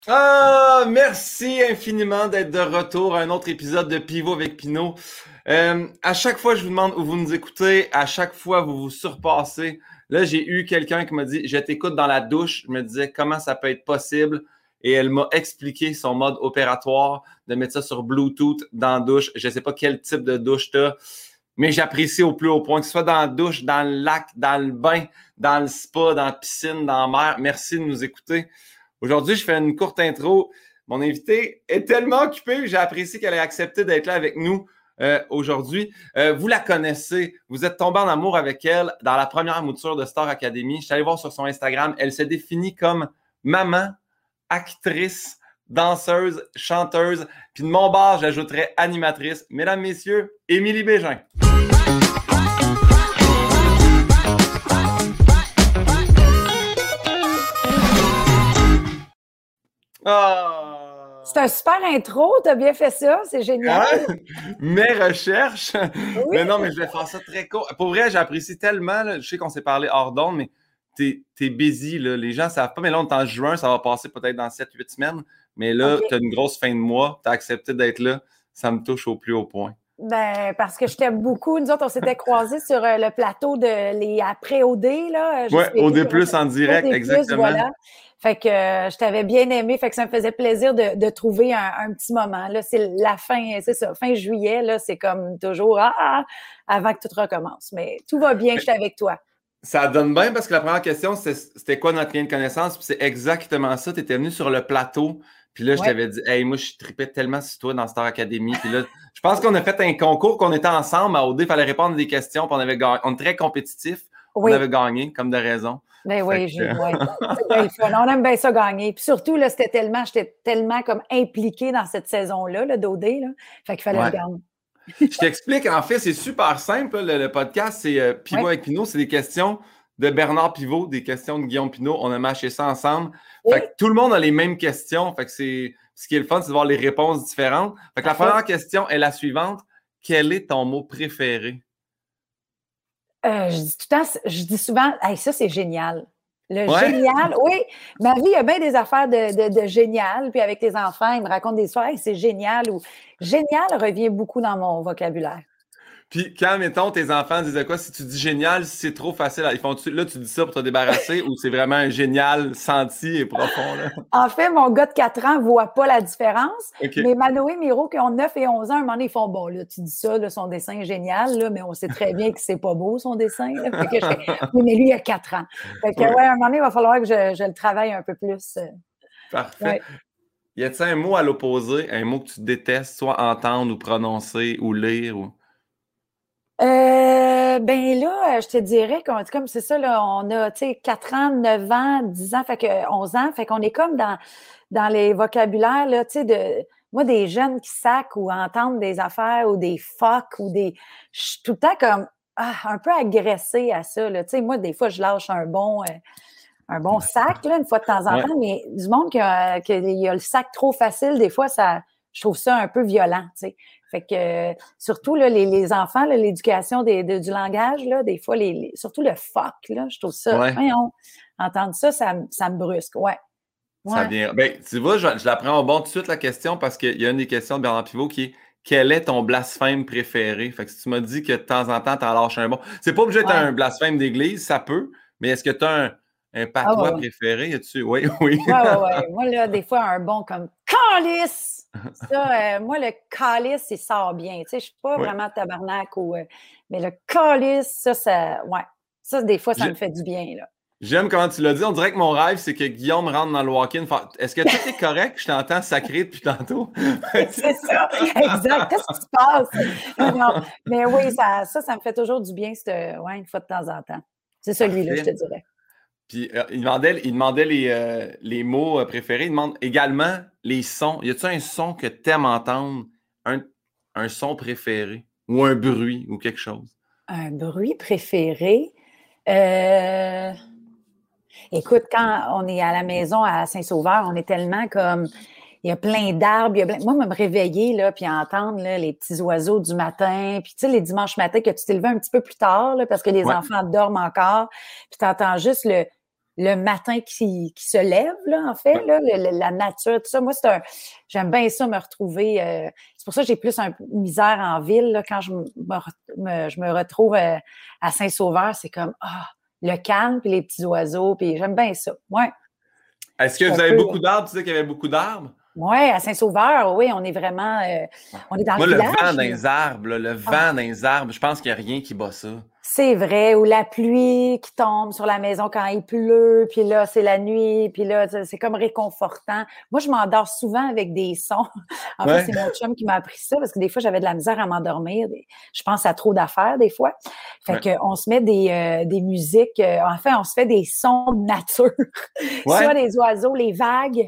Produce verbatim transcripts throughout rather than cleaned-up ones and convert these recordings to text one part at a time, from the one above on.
Ah, merci infiniment d'être de retour à un autre épisode de Pivot avec Pinot. Euh, à chaque fois, je vous demande où vous nous écoutez. À chaque fois, vous vous surpassez. Là, j'ai eu quelqu'un qui m'a dit, je t'écoute dans la douche. Je me disais, comment ça peut être possible? Et elle m'a expliqué son mode opératoire, de mettre ça sur Bluetooth dans la douche. Je ne sais pas quel type de douche tu as, mais j'apprécie au plus haut point, que ce soit dans la douche, dans le lac, dans le bain, dans le spa, dans la piscine, dans la mer. Merci de nous écouter. Aujourd'hui, je fais une courte intro. Mon invité est tellement occupé, j'ai apprécié qu'elle ait accepté d'être là avec nous euh, aujourd'hui. Euh, vous la connaissez, vous êtes tombé en amour avec elle dans la première mouture de Star Academy. Je suis allé voir sur son Instagram, elle se définit comme maman, actrice, danseuse, chanteuse. Puis de mon bord, j'ajouterais animatrice. Mesdames, messieurs, Émilie Bégin. C'est un super intro, t'as bien fait ça, c'est génial. Hein? Mes recherches. Oui. Mais non, mais je vais faire ça très court. Pour vrai, j'apprécie tellement. Là, je sais qu'on s'est parlé hors d'onde, mais t'es, t'es busy. Là. Les gens ne savent pas, mais là, on est en juin, ça va passer peut-être dans sept huit semaines. Mais là, okay. tu as une grosse fin de mois, tu as accepté d'être là. Ça me touche au plus haut point. Ben, parce que je t'aime beaucoup. Nous autres, on s'était croisés sur euh, le plateau de les après-O D. Là. Oui, O D plus en direct, O D plus, exactement. Voilà. Fait que euh, je t'avais bien aimé, fait que ça me faisait plaisir de, de trouver un, un petit moment. Là, c'est la fin, c'est ça, fin juillet, là, c'est comme toujours ah, avant que tout recommence. Mais tout va bien, je suis avec toi. Ça donne bien parce que la première question, c'était quoi notre lien de connaissance? Puis c'est exactement ça. Tu étais venu sur le plateau. Puis là, je ouais. t'avais dit, hey, moi, je tripais tellement sur toi dans Star Academy. Puis là, je pense qu'on a fait un concours, qu'on était ensemble à O D, il fallait répondre à des questions. Puis on avait gagné. On est très compétitifs. Oui. On avait gagné, comme de raison. Ben oui, j'ai, que... ouais. C'est bien le fun. On aime bien ça gagner. Puis surtout, là, c'était tellement, j'étais tellement comme impliquée dans cette saison-là, là, d'O D, là. Fait qu'il fallait ouais. le gagner. Je t'explique, en fait, c'est super simple. Le, le podcast, c'est euh, Pivot ouais. avec Pinot. C'est des questions de Bernard Pivot, des questions de Guillaume Pinot. On a mâché ça ensemble. Oui. Fait que tout le monde a les mêmes questions. Fait que c'est ce qui est le fun, c'est de voir les réponses différentes. Fait que la première question est la suivante. Quel est ton mot préféré? Euh, je dis tout le temps, je dis souvent, hey, ça, c'est génial. Le ouais. génial, oui. Ma vie, il y a bien des affaires de, de, de génial. Puis avec les enfants, ils me racontent des histoires, hey, c'est génial. Ou génial revient beaucoup dans mon vocabulaire. Puis quand, mettons, tes enfants disaient quoi? Si tu dis génial, si c'est trop facile, ils font là, tu dis ça pour te débarrasser ou c'est vraiment un génial senti et profond? Là? En fait, mon gars de quatre ans ne voit pas la différence. Okay. Mais Manoé et Miro, qui ont neuf et onze ans, à un moment donné, ils font bon, là, tu dis ça, là, son dessin est génial, là, mais on sait très bien que c'est pas beau, son dessin. Là. Fait que je fais, oui, mais lui, il a quatre ans. Fait que, ouais. ouais, à un moment donné, il va falloir que je, je le travaille un peu plus. Parfait. Ouais. Y a-t-il un mot à l'opposé, un mot que tu détestes, soit entendre ou prononcer ou lire? Ou... Euh, ben là, je te dirais qu'on comme c'est ça, là, on a, tu sais, quatre ans, neuf ans, dix ans, fait que onze ans, fait qu'on est comme dans, dans les vocabulaires, là, tu sais, de, moi, des jeunes qui sacent ou entendent des affaires ou des fuck ou des, je suis tout le temps comme, ah, un peu agressée à ça, là, tu sais, moi, des fois, je lâche un bon, euh, un bon sac, là, une fois de temps en ouais. temps, mais du monde qui a, qui a, a le sac trop facile, des fois, ça, je trouve ça un peu violent, tu sais. Fait que euh, surtout là, les, les enfants, là, l'éducation des, de, du langage, là, des fois, les, les, surtout le fuck, là, je trouve ça. Ouais. Voyons, entendre ça, ça, ça me brusque. Ouais. ouais. Ça vient. Ben, tu vois, je, je la prends au bon tout de suite la question parce qu'il y a une des questions de Bernard Pivot qui est quel est ton blasphème préféré? Fait que si tu m'as dit que de temps en temps, tu en lâches un bon. C'est pas obligé d'être ouais. un blasphème d'église, ça peut, mais est-ce que tu as un, un patois ah, ouais. préféré? Y-tu? Oui, oui. Oui, oui, oui. Moi, là, des fois, un bon comme calice! Ça, euh, moi, le calice, il sort bien. Tu sais, je suis pas oui. vraiment tabarnak ou. Euh, mais le calice, ça, ça. Ouais. Ça, des fois, ça me fait du bien, là. J'aime comment tu l'as dit. On dirait que mon rêve, c'est que Guillaume rentre dans le walk-in. Est-ce que tout est correct? Je t'entends sacré depuis tantôt. C'est ça, exact. Qu'est-ce qui se passe? Non, mais oui, ça, ça, ça me fait toujours du bien, ouais, une fois de temps en temps. C'est celui-là, je te dirais. Puis euh, il demandait, il demandait les, euh, les mots préférés. Il demande également les sons. Y a-t-il un son que tu aimes entendre? Un, un son préféré? Ou un bruit ou quelque chose? Un bruit préféré? Euh... Écoute, quand on est à la maison à Saint-Sauveur, on est tellement comme... Il y a plein d'arbres. Il y a plein... Moi, me réveiller, là, puis entendre là, les petits oiseaux du matin. Puis, tu sais, les dimanches matins que tu t'es levé un petit peu plus tard, là, parce que les ouais. enfants dorment encore. Puis, tu entends juste le, le matin qui, qui se lève, là, en fait, là, le, le, la nature, tout ça. Moi, c'est un, j'aime bien ça, me retrouver. Euh, c'est pour ça que j'ai plus un, une misère en ville, là, quand je me, me, je me retrouve euh, à Saint-Sauveur, c'est comme, ah, le calme, puis les petits oiseaux, puis j'aime bien ça. Ouais. Est-ce que vous avez peu... beaucoup d'arbres? Tu sais qu'il y avait beaucoup d'arbres? Oui, à Saint-Sauveur, oui, on est vraiment, euh, on est dans Moi, le village. Moi, le vent dans les arbres, là, le vent ah. dans les arbres, je pense qu'il n'y a rien qui bat ça. C'est vrai, ou la pluie qui tombe sur la maison quand il pleut, puis là, c'est la nuit, puis là, c'est comme réconfortant. Moi, je m'endors souvent avec des sons. En ouais. fait, c'est mon chum qui m'a appris ça, parce que des fois, j'avais de la misère à m'endormir. Je pense à trop d'affaires, des fois. Fait ouais. qu'on se met des, euh, des musiques, euh, enfin, on se fait des sons de nature. Ouais. Soit les oiseaux, les vagues,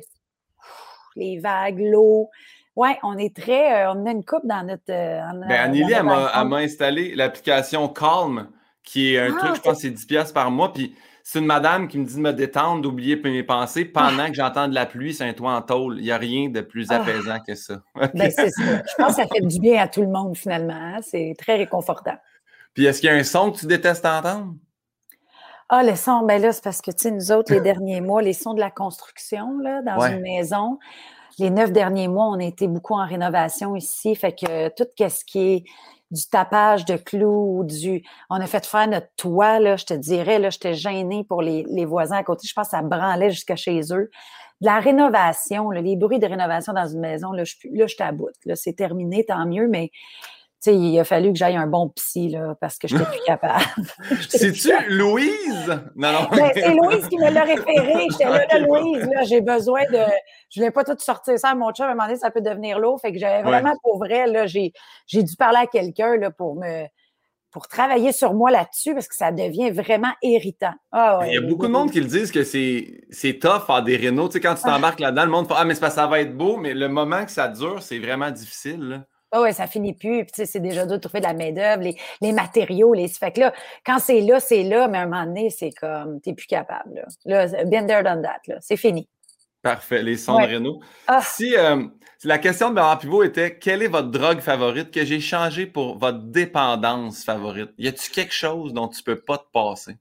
les vagues, l'eau. Oui, on est très. Euh, on a une coupe dans notre. Euh, ben, Anneli, elle m'a installé l'application Calm, qui est un ah, truc, je pense, c'est dix dollars par mois. Puis c'est une madame qui me dit de me détendre, d'oublier mes pensées pendant ah. que j'entends de la pluie sur un toit en tôle. Il n'y a rien de plus apaisant ah. que ça. Ben, c'est ça. Je pense que ça fait du bien à tout le monde, finalement. Hein? C'est très réconfortant. Puis est-ce qu'il y a un son que tu détestes entendre? Ah, le son, ben là, c'est parce que, tu sais, nous autres, les derniers mois, les sons de la construction, là, dans ouais. une maison. Les neuf derniers mois, on a été beaucoup en rénovation ici. Fait que tout ce qui est du tapage de clous ou du... On a fait faire notre toit, là, je te dirais, là, j'étais gênée pour les, les voisins à côté. Je pense que ça branlait jusqu'à chez eux. De la rénovation, là, les bruits de rénovation dans une maison, là, je, là, je t'aboute. Là, c'est terminé, tant mieux, mais... Tu sais, il a fallu que j'aille un bon psy, là, parce que je n'étais plus capable. C'est-tu Louise? Non, non. Ben, c'est Louise qui me l'a référé. J'étais là, là, Louise, là, j'ai besoin de... Je ne vais pas tout sortir ça à mon chum. À un moment donné, ça peut devenir lourd. Fait que j'avais vraiment, ouais. pour vrai, là, j'ai, j'ai dû parler à quelqu'un, là, pour me... pour travailler sur moi là-dessus, parce que ça devient vraiment irritant. Ah, ouais, il y a beaucoup de monde qui le disent que c'est, c'est tough faire des rénos. Tu sais, quand tu t'embarques ah. là-dedans, le monde fait « Ah, mais c'est parce que ça va être beau », mais le moment que ça dure, c'est vraiment difficile, là. Ah oui, ça finit plus. Puis, tu sais, c'est déjà dur de trouver de la main-d'œuvre, les, les matériaux, les. Fait que là, quand c'est là, c'est là, mais à un moment donné, c'est comme, t'es plus capable, là. Là, been there, done that, là. C'est fini. Parfait. Les sons ouais. de Renault. Ah. Si, euh, si la question de Bernard Pivot était quelle est votre drogue favorite que j'ai changé pour votre dépendance favorite? Y a-tu quelque chose dont tu peux pas te passer?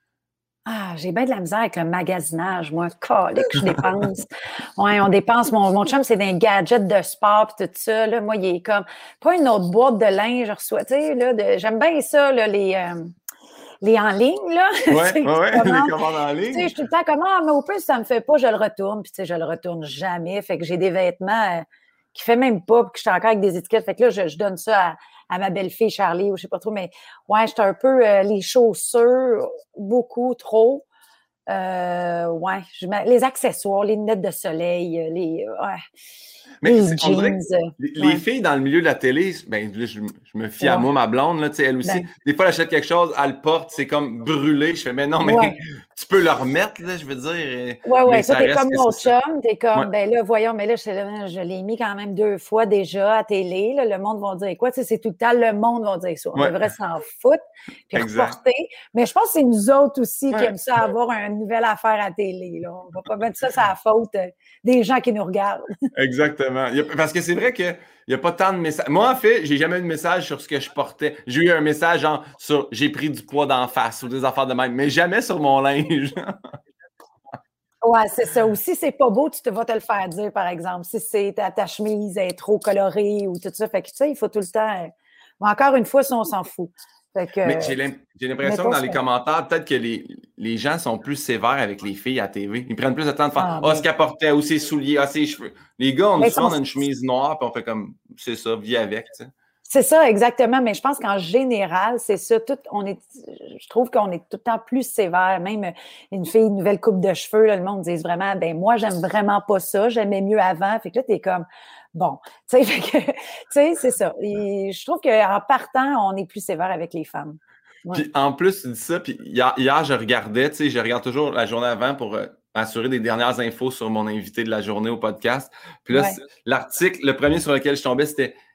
Ah, j'ai bien de la misère avec le magasinage, moi. Calé que je dépense. Ouais, on dépense. Mon, mon chum, c'est des gadgets de sport pis tout ça. Là, moi, il est comme pas une autre boîte de linge, je reçois. Tu sais, là, de, j'aime bien ça, là, les, euh, les en ligne, là. Ouais, ouais, les commandes en ligne. Tu sais, je suis tout le temps comme, ah, mais au plus, ça me fait pas, je le retourne. Puis, tu sais, je le retourne jamais. Fait que j'ai des vêtements euh, qui fait même pas, puis que je suis encore avec des étiquettes. Fait que là, je, je donne ça à, à ma belle-fille Charlie, ou je sais pas trop, mais ouais, j'étais un peu euh, les chaussures, beaucoup trop. Euh, ouais, je, les accessoires, les lunettes de soleil, les, ouais, mais les jeans. Les, les ouais. filles dans le milieu de la télé, ben, je, je me fie ouais. à moi, ma blonde, là, elle aussi. Ben. Des fois, elle achète quelque chose, elle le porte, c'est comme brûlé. Je fais, mais non, mais ouais. tu peux le remettre, là, je veux dire. Oui, oui, ça, t'es comme mon chum, t'es comme, ouais. ben là, voyons, mais là, je, je l'ai mis quand même deux fois déjà à télé, là, le monde va dire quoi, tu sais, c'est tout le temps, le monde va dire ça. On ouais. devrait s'en foutre, puis reporter. Mais je pense que c'est nous autres aussi ouais. qui aiment ça, avoir une nouvelle affaire à télé, là. On va pas mettre ça, c'est la faute des gens qui nous regardent. Exactement. Parce que c'est vrai qu'il n'y a pas tant de messages. Moi, en fait, j'ai jamais eu de message sur ce que je portais. J'ai eu un message genre sur j'ai pris du poids d'en face ou des affaires de même, mais jamais sur mon linge. Ouais, c'est ça. Ou si c'est pas beau, tu te vas te le faire dire, par exemple. Si c'est ta, ta chemise est trop colorée ou tout ça. Fait que tu sais, il faut tout le temps. Mais encore une fois, ça, on s'en fout. Fait que, mais j'ai l'impression que dans les commentaires, peut-être que les, les gens sont plus sévères avec les filles à T V. Ils prennent plus de temps de faire Ah, oh, mais... ce qu'elle portait, ou ses souliers, ah, ses cheveux. Les gars, on nous on a une chemise noire, puis on fait comme c'est ça, vis avec, tu sais. C'est ça, exactement. Mais je pense qu'en général, c'est ça. Tout, on est, je trouve qu'on est tout le temps plus sévère. Même une fille, une nouvelle coupe de cheveux, là, le monde dit vraiment, ben moi, j'aime vraiment pas ça. J'aimais mieux avant. Fait que là, t'es comme, bon, tu sais, c'est ça. Et je trouve qu'en partant, on est plus sévère avec les femmes. Ouais. Puis en plus, tu dis ça, puis hier, hier je regardais, tu sais, je regarde toujours la journée avant pour euh, assurer des dernières infos sur mon invité de la journée au podcast. Puis là, ouais. l'article, le premier sur lequel je tombais, c'était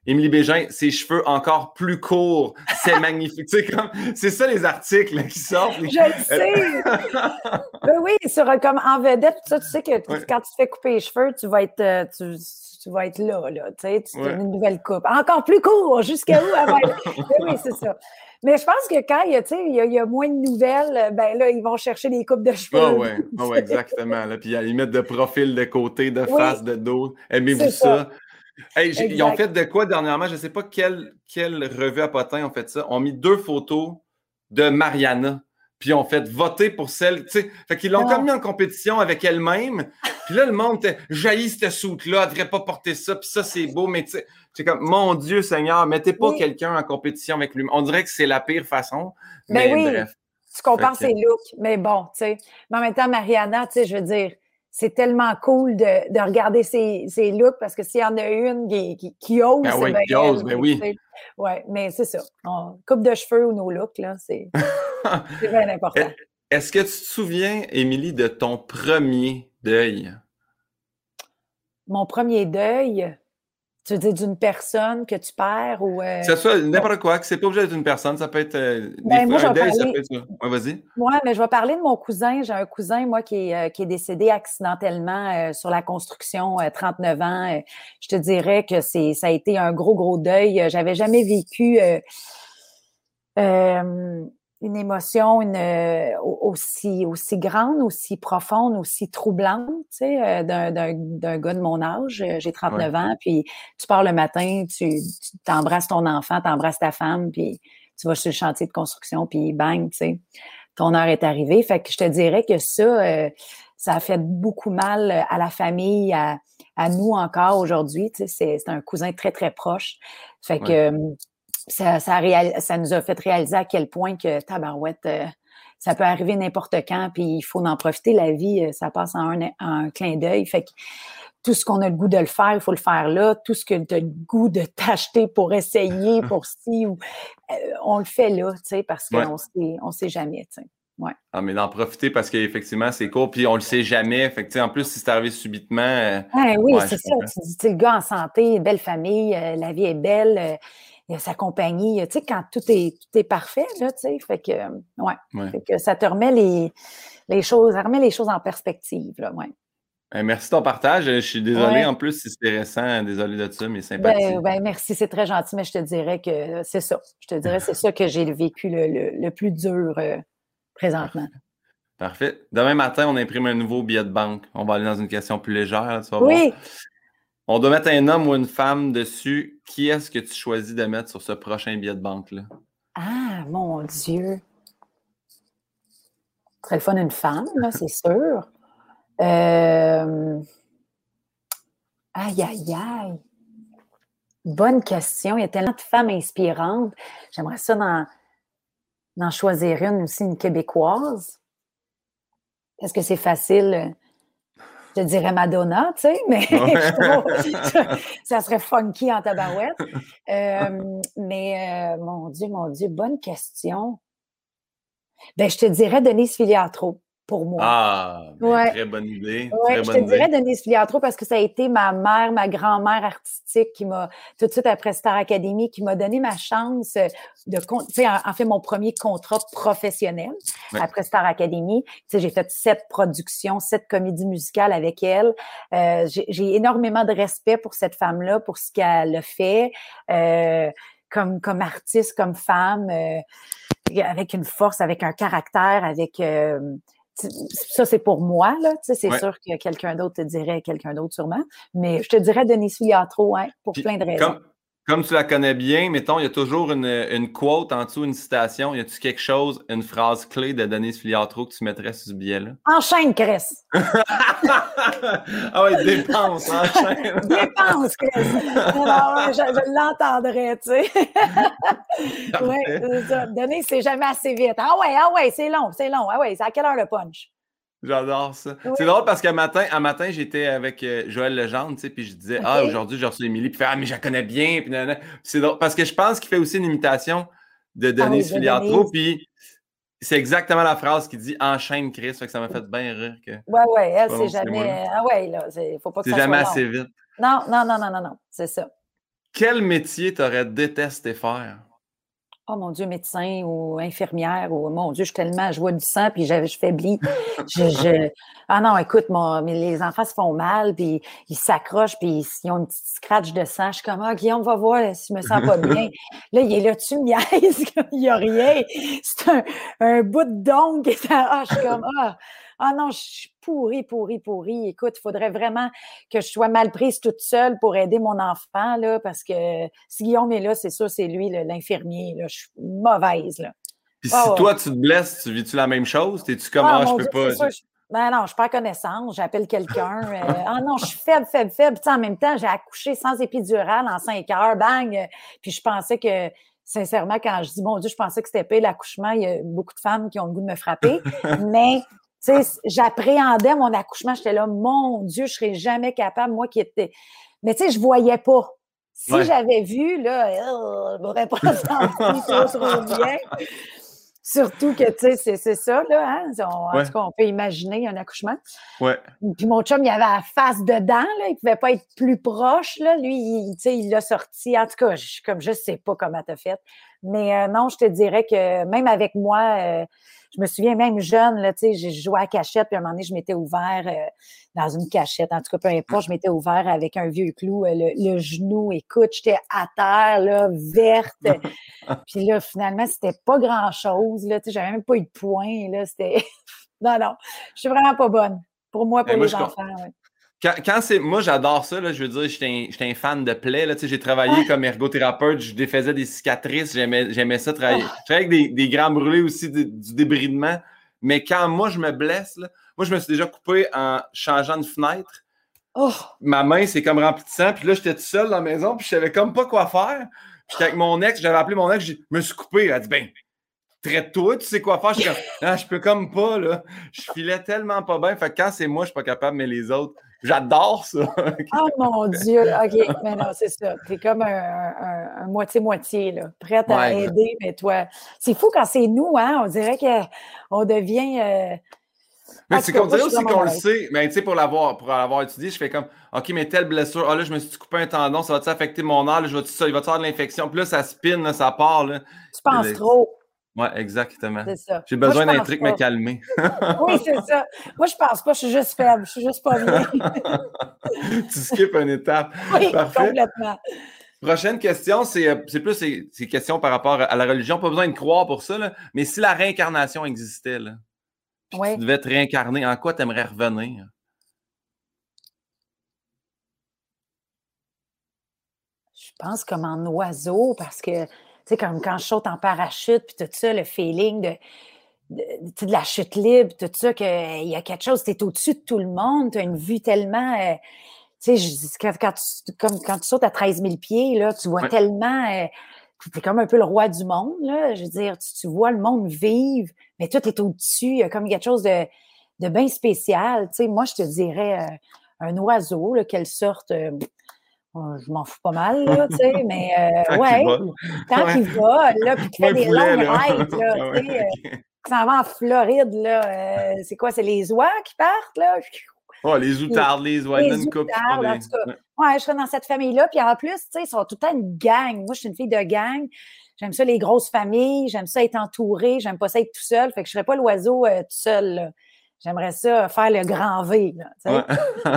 Émilie Bégin, ses cheveux encore plus courts, c'est magnifique. Tu sais, comme, c'est ça les articles là, qui sortent. Les... Je le sais! Ben oui, sur, comme en vedette, ça, tu sais que Ouais. quand tu te fais couper les cheveux, tu vas être, euh, tu, tu vas être là, là, tu sais, tu Ouais. as une nouvelle coupe. Encore plus court, jusqu'à où? Ben oui, c'est ça. Mais je pense que quand il y a, tu sais, il y a, il y a moins de nouvelles, ben là, ils vont chercher des coupes de cheveux. Ah ouais, ah ouais, exactement. Là. Puis ils mettent de profil de côté, de Oui, face, de dos. Aimez-vous c'est ça. ça? Hey, j'ai- ils ont fait de quoi dernièrement? Je ne sais pas quelle, quelle revue à potins ont fait ça. On mis deux photos de Mariana. Puis ils ont fait voter pour celle. Tu sais, fait qu'ils l'ont Non. comme mis en compétition avec elle-même. Puis là, le monde était jaillit cette soute-là, elle ne devrait pas porter ça. Puis ça, c'est beau, mais tu sais, c'est comme, mon Dieu Seigneur, mettez pas Oui. quelqu'un en compétition avec lui. On dirait que c'est la pire façon. Ben Mais oui, bref. tu compares Fait ses que- looks, mais bon, tu sais. Mais en même temps, Mariana, tu sais, je veux dire, c'est tellement cool de, de regarder ses, ses looks parce que s'il y en a une qui, qui, qui ose, Ben c'est oui, bien qui ose, elle, ben tu oui. sais. Ouais, mais c'est ça. On, coupe de cheveux ou nos looks, là, c'est c'est bien important. Est-ce que tu te souviens, Émilie, de ton premier deuil? Mon premier deuil, tu veux dire d'une personne que tu perds ou... euh, Que ce soit n'importe quoi, que c'est pas obligé d'être une personne, ça peut être euh, des Ben, fois, moi, je un vais deuil, ça parler- peut être... Ouais, vas-y. Ouais, mais je vais parler de mon cousin. J'ai un cousin, moi, qui est, euh, qui est décédé accidentellement euh, sur la construction, euh, trente-neuf ans. Euh, je te dirais que c'est, ça a été un gros, gros deuil. Euh, J'avais jamais vécu euh, euh, une émotion une, euh, aussi, aussi grande, aussi profonde, aussi troublante, tu sais, euh, d'un, d'un, d'un gars de mon âge. Euh, J'ai trente-neuf ans, puis tu pars le matin, tu, tu t'embrasses ton enfant, t'embrasses ta femme, puis tu vas sur le chantier de construction, puis bang, tu sais, ton heure est arrivée. Fait que je te dirais que ça, euh, ça a fait beaucoup mal à la famille, à, à nous encore aujourd'hui. Tu sais, c'est, c'est un cousin très, très proche. Fait que Ouais. euh, ça, ça, réal, ça nous a fait réaliser à quel point que tabarouette, euh, ça peut arriver n'importe quand, puis il faut en profiter. La vie, euh, ça passe en un, en un clin d'œil. Fait que tout ce qu'on a le goût de le faire, il faut le faire là. Tout ce que tu as le goût de t'acheter pour essayer, pour ci, ou, euh, on le fait là, tu sais, parce Ouais. qu'on sait, on sait jamais, tu sais. Ouais. Ah, mais d'en profiter parce qu'effectivement, c'est court, puis on le sait jamais. Fait que, tu sais, en plus, si c'est arrivé subitement... euh, Ah, oui, ouais, c'est je ça. comprends. Tu dis, tu sais, le gars en santé, belle famille, euh, la vie est belle, euh, il y a sa compagnie. Tu sais, quand tout est, tout est parfait, là, tu sais, fait que, euh, ouais. Ouais. Fait que ça te remet les, les choses, ça remet les choses en perspective, là, ouais. Eh, merci de ton partage. Je suis désolé, Ouais. en plus, si c'était récent, désolé de ça, mais sympathie. Ben, ben, merci, c'est très gentil, mais je te dirais que c'est ça. Je te dirais, c'est ça que j'ai vécu le, le, le plus dur euh, présentement. Parfait. Demain matin, on imprime un nouveau billet de banque. On va aller dans une question plus légère, là, tu vas voir. Oui, On doit mettre un homme ou une femme dessus. Qui est-ce que tu choisis de mettre sur ce prochain billet de banque-là? ah, mon Dieu. Ce serait le fun une femme, là, c'est sûr. Euh... Aïe, aïe, aïe. Bonne question. Il y a tellement de femmes inspirantes. J'aimerais ça d'en, d'en choisir une aussi, une québécoise. Est-ce que c'est facile? Je te dirais Madonna, tu sais, mais Ouais. ça serait funky en tabarouette. Euh, mais, euh, mon Dieu, mon Dieu, bonne question. Ben, je te dirais Denise Filiatro, pour moi. Ah, ben, Ouais. très bonne idée. Ouais, Très je bonne te dirais idée. Denise Filiatro parce que ça a été ma mère, ma grand-mère artistique qui m'a, tout de suite après Star Academy, qui m'a donné ma chance de, tu sais, en, en fait, mon premier contrat professionnel Ouais. après Star Academy. Tu sais, j'ai fait sept productions, sept comédies musicales avec elle. Euh, j'ai, j'ai énormément de respect pour cette femme-là, pour ce qu'elle a fait, euh, comme, comme artiste, comme femme, euh, avec une force, avec un caractère, avec... Euh, ça, c'est pour moi, là. Tu sais, c'est Ouais. sûr que quelqu'un d'autre te dirait quelqu'un d'autre sûrement. Mais je te dirais Denise Filiatro, hein, pour Puis, plein de raisons. Comme, comme tu la connais bien, mettons, il y a toujours une, une quote en dessous, une citation. Y a-tu quelque chose, une phrase clé de Denise Filiatro que tu mettrais sur ce billet-là? Enchaîne, Chris! Ah ouais, dépense, enchaîne. Dépense, Chris! Alors, je, je l'entendrais, tu sais. Oui, c'est ça. Denise, c'est jamais assez vite. Ah ouais, ah ouais, c'est long, c'est long. Ah ouais, c'est à quelle heure le punch? J'adore ça. Oui. C'est drôle parce qu'un matin, un matin, j'étais avec euh, Joël Legendre, tu sais, puis je disais, OK. ah, aujourd'hui, j'ai reçu Émilie, puis il fait, ah, mais je la connais bien, puis nanana. Puis c'est drôle parce que je pense qu'il fait aussi une imitation de Ah oui, Denise de Filiatro, Denise. puis c'est exactement la phrase qui dit enchaîne, Chris, fait que ça m'a fait bien rire que. Ouais, ouais, elle, Bon, c'est ces mots-là. jamais. Ah ouais, là, c'est faut pas que C'est ça jamais soit assez long. vite. Non, non, non, non, non, non, c'est ça. quel métier t'aurais détesté faire? Oh mon Dieu, médecin ou infirmière, ou mon Dieu, je suis tellement, je vois du sang, puis je, je faiblis. Je, je... Ah non, écoute, mon, mais les enfants se font mal, puis ils s'accrochent, puis ils ont une petite scratch de sang. Je suis comme, ah, Guillaume, va voir si je me sens pas bien. Là, il est là, tu me niaises, il n'y a rien. C'est un, un bout d'ongle qui est à... Ah, je suis comme, ah, ah non, je suis pourrie, pourrie, pourrie. Écoute, il faudrait vraiment que je sois mal prise toute seule pour aider mon enfant, là, parce que si Guillaume est là, c'est sûr, c'est lui, là, l'infirmier, là. Je suis mauvaise, là. Puis Ah si ouais. toi, tu te blesses, tu vis-tu la même chose? T'es-tu comme, Ah, ah, je mon peux Dieu, pas. c'est sûr. je- Ben non, je perds connaissance, j'appelle quelqu'un. euh, ah non, je suis faible, faible, faible. Tu sais, en même temps, j'ai accouché sans épidurale en cinq heures, bang. euh, Puis je pensais que, sincèrement, quand je dis, mon Dieu, je pensais que c'était pire l'accouchement, il y a beaucoup de femmes qui ont le goût de me frapper. Mais, tu sais, j'appréhendais mon accouchement. J'étais là, mon Dieu, je serais jamais capable, moi qui étais. Mais tu sais, je voyais pas. Si Ouais. j'avais vu, là, euh, je m'aurais pas senti trop, trop bien. Surtout que, tu sais, c'est, c'est ça, là, hein? On- en Ouais, tout cas, on peut imaginer un accouchement. ouais. Puis mon chum, il avait la face dedans, là, il pouvait pas être plus proche, là. Lui, il, tu sais, il l'a sorti. En tout cas, je, comme je sais pas comment t'as fait. Mais euh, non, je te dirais que même avec moi, euh, je me souviens même jeune, là, tu sais, j'ai joué à la cachette, puis à un moment donné, je m'étais ouvert euh, dans une cachette. En tout cas, peu importe, je m'étais ouvert avec un vieux clou, euh, le, le genou. Écoute, j'étais à terre, là, verte. Puis là, finalement, c'était pas grand-chose, là. Tu sais, j'avais même pas eu de points, là. C'était... non, non, je suis vraiment pas bonne. Pour moi, pour Ben, moi, les je, com- enfants, ouais. Quand, quand c'est. Moi, j'adore ça, là, je veux dire, j'étais un, j'étais un fan de plaies. Là, tu sais, j'ai travaillé Ah, comme ergothérapeute, je défaisais des cicatrices, j'aimais, j'aimais ça travailler. ah, Je travaillais avec des, des grands brûlés aussi, du, du débridement. Mais quand moi, je me blesse, là, moi, je me suis déjà coupé en changeant de fenêtre. oh, Ma main, c'est comme rempli de sang. Puis là, j'étais tout seul dans la maison, puis je savais comme pas quoi faire. Puis j'étais avec mon ex, j'avais appelé mon ex, je me suis coupé. Elle a dit, ben, traite-toi, tu sais quoi faire. Je suis comme, ah, je peux comme pas, là. Je filais tellement pas bien. Fait que quand c'est moi, je suis pas capable, mais les autres, j'adore ça. oh mon Dieu. OK, mais non, c'est ça. T'es comme un, un, un moitié-moitié, là. Prête à Ouais, exact. aider, mais toi... C'est fou quand c'est nous, hein? On dirait qu'on devient... euh, Mais En c'est tout cas, qu'on moi, dirait je suis aussi vraiment qu'on le mauvaise. sait. Mais tu sais, pour l'avoir, pour l'avoir étudié, je fais comme, OK, mais telle blessure, ah là, je me suis coupé un tendon, ça va-tu affecter mon nerf? Là, je vais-tu ça, il va-tu avoir de l'infection? Puis là, ça spin, là, ça part, là. Tu penses trop, Ouais, exactement. c'est ça. J'ai Moi, je besoin d'un pense truc me pas. calmer. Oui, c'est ça. Moi, je pense pas. Je suis juste faible. Je suis juste pas bien. Tu skippes une étape. Oui, Parfait. complètement. Prochaine question, c'est euh, c'est plus c'est, c'est question par rapport à la religion. Pas besoin de croire pour ça, là, mais si la réincarnation existait, là, puis que tu Oui. devais te réincarner, en quoi tu aimerais revenir? Je pense comme en oiseau parce que, tu sais, comme quand je saute en parachute, puis tout ça, le feeling de, de, tu sais, de la chute libre, tout ça, qu'il y a quelque chose, tu es au-dessus de tout le monde, tu as une vue tellement. euh, tu sais, je- quand, quand tu, comme quand tu sautes à treize mille pieds, là, tu vois Ouais. tellement. Euh, tu es comme un peu le roi du monde, là. Je veux dire, tu, tu vois le monde vivre, mais tout est au-dessus. Il y a comme quelque chose de, de bien spécial. Tu sais, moi, je te dirais euh, un oiseau, là, quelle sorte. euh, euh, je m'en fous pas mal, là, tu sais, mais euh, Tant qu'il ouais, va. tant Ouais. qu'il va, là, puis qu'il Pas fait un des poulet, longues là. rides, là, Ah tu ouais, sais, euh, ok. qui s'en va en Floride, là, euh, c'est quoi, c'est les oies qui partent, là? Oh, les Les, outardes, les oies, il y en a les une couple, je sais pas, outardes, en les. tout cas. Ouais. Ouais, je serais dans cette famille-là, puis en plus, tu sais, ils sont tout le temps une gang. Moi, je suis une fille de gang. J'aime ça, les grosses familles. J'aime ça être entourée. J'aime pas ça être tout seul. Fait que je serais pas l'oiseau euh, tout seul, là. J'aimerais ça faire le grand V, là, tu Ouais. sais.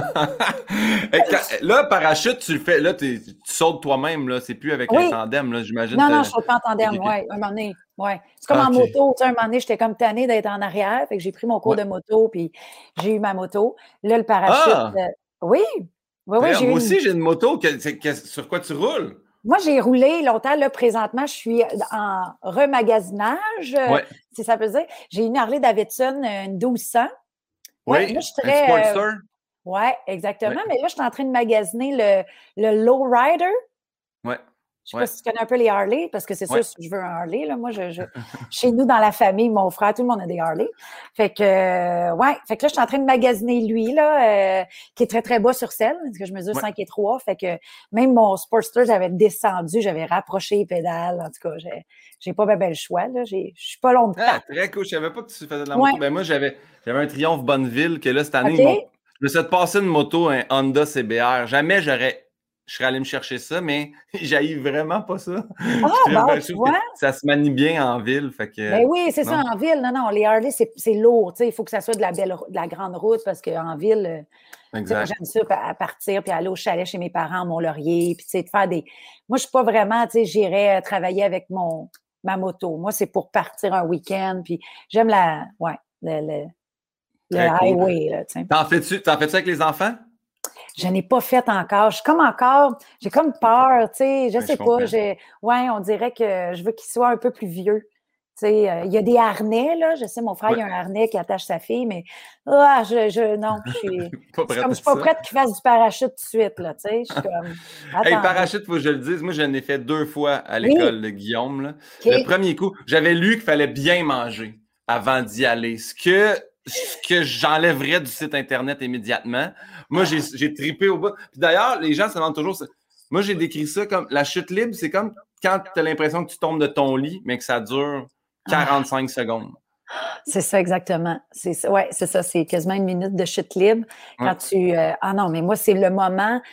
Et quand- là, parachute, tu le fais. Là, t'es- tu sautes toi-même, là. C'est plus avec un Oui, tandem, là. J'imagine. non, non, t'as- je saute pas en tandem, Ok, ok. ouais, un moment donné, ouais. C'est comme Ah, en ok. moto, tu sais, un moment donné, j'étais comme tannée d'être en arrière, fait que j'ai pris mon cours Ouais. de moto, puis j'ai eu ma moto. Là, le parachute, Ah! euh, oui, oui, oui, Très- j'ai eu Moi une... aussi, j'ai une moto. que- c'est- que- sur quoi tu roules? Moi, j'ai roulé longtemps, là, présentement, je suis en remagasinage, euh, Ouais. si ça peut dire. J'ai une Harley Davidson, euh, une douze cents. Ouais, là, Oui. je suis Un très... euh, Sportster? ouais, Ouais. exactement, mais là, je suis en train de magasiner le, le Lowrider. Ouais. Je sais pas Ouais. si tu connais un peu les Harley, parce que c'est Ouais. sûr, si je veux un Harley, là, moi, je, je- chez nous, dans la famille, mon frère, tout le monde a des Harley. Fait que, euh, ouais, fait que là, je suis en train de magasiner lui, là, euh, qui est très, très bas sur selle, parce que je mesure Ouais. cinq et trois. Fait que même mon Sportster, j'avais descendu, j'avais rapproché les pédales. En tout cas, j'ai, j'ai pas bien le choix, là. J'ai, je suis pas long de Ah, patte. très cool. Je savais pas que tu faisais de la Ouais, moto. Ben moi, j'avais j'avais un Triumph Bonneville que là, cette année, OK? ils m'ont. Je me suis fait passer une moto, un Honda C B R. Jamais j'aurais. je serais allé me chercher ça, mais j'haïs vraiment pas ça. Ah, je bon, bien tu vois? ça se manie bien en ville. Fait que, Ben oui, c'est non. ça, en ville. Non, non, les Harley, c'est, c'est lourd. Il faut que ça soit de la, belle, de la grande route parce qu'en ville, moi, j'aime ça à partir puis aller au chalet chez mes parents, Mont-Laurier, puis de faire des. Moi, je suis pas vraiment, tu sais, j'irais travailler avec mon ma moto. Moi, c'est pour partir un week-end, puis j'aime la. Ouais, le, le, le highway, cool. là, tu sais. T'en fais-tu, t'en fais-tu avec les enfants? Je n'ai pas fait encore. Je suis comme encore, j'ai comme peur, tu sais, je ouais, sais je pas. J'ai, ouais, on dirait que je veux qu'il soit un peu plus vieux. Tu sais, euh, il y a des harnais, là. Je sais, mon frère, ouais. il y a un harnais qui attache sa fille, mais ah, je, je, non, je suis, pas je, comme, je suis pas prête qu'il fasse du parachute tout de suite, là, tu sais. Je suis comme, hey, parachute, faut que je le dise, moi, je l'ai fait deux fois à l'école oui. de Guillaume, là. Okay. Le premier coup, j'avais lu qu'il fallait bien manger avant d'y aller. Ce que, ce que j'enlèverais du site Internet immédiatement. Moi, j'ai, j'ai trippé au bout. Puis d'ailleurs, les gens se demandent toujours, moi, j'ai décrit ça comme, la chute libre, c'est comme quand tu as l'impression que tu tombes de ton lit, mais que ça dure quarante-cinq ah. secondes. C'est ça, exactement. C'est ça, ouais, c'est ça. C'est quasiment une minute de chute libre. Quand ouais. tu. Euh, ah non, mais moi, c'est le moment.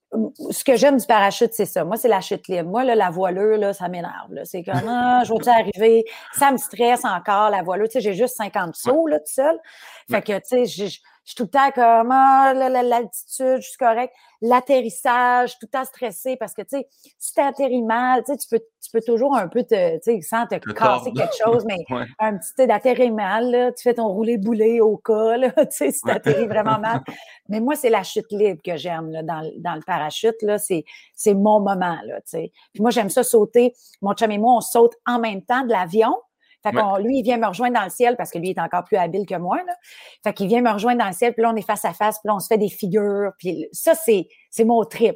Ce que j'aime du parachute, c'est ça. Moi, c'est la chute libre. Moi, là, la voilure, là, ça m'énerve. Là. C'est comme, ah, je vais-tu arriver? Ça me stresse encore, la voilure. Tu sais, j'ai juste cinquante sauts, ouais. là, tout seul. Fait ouais. que, tu sais, je suis tout le temps comme, ah, l'altitude, je suis correct. L'atterrissage, tout le temps stressé parce que, tu sais, si tu atterris mal, tu sais, tu peux, tu peux toujours un peu te, tu sais, sans te le casser quelque chose, mais ouais. un petit peu d'atterrir mal, là, tu fais ton roulé-boulé au cas, là, tu sais, si tu atterris vraiment mal. Mais moi, c'est la chute libre que j'aime, là, dans, dans le parachute, là, c'est, c'est mon moment, là, tu sais. Puis moi, j'aime ça sauter. Mon chum et moi, on saute en même temps de l'avion. Fait qu'on, ouais. lui, il vient me rejoindre dans le ciel parce que lui, il est encore plus habile que moi, là. Fait qu'il vient me rejoindre dans le ciel, puis là, on est face à face, puis là, on se fait des figures, puis ça, c'est, c'est mon trip.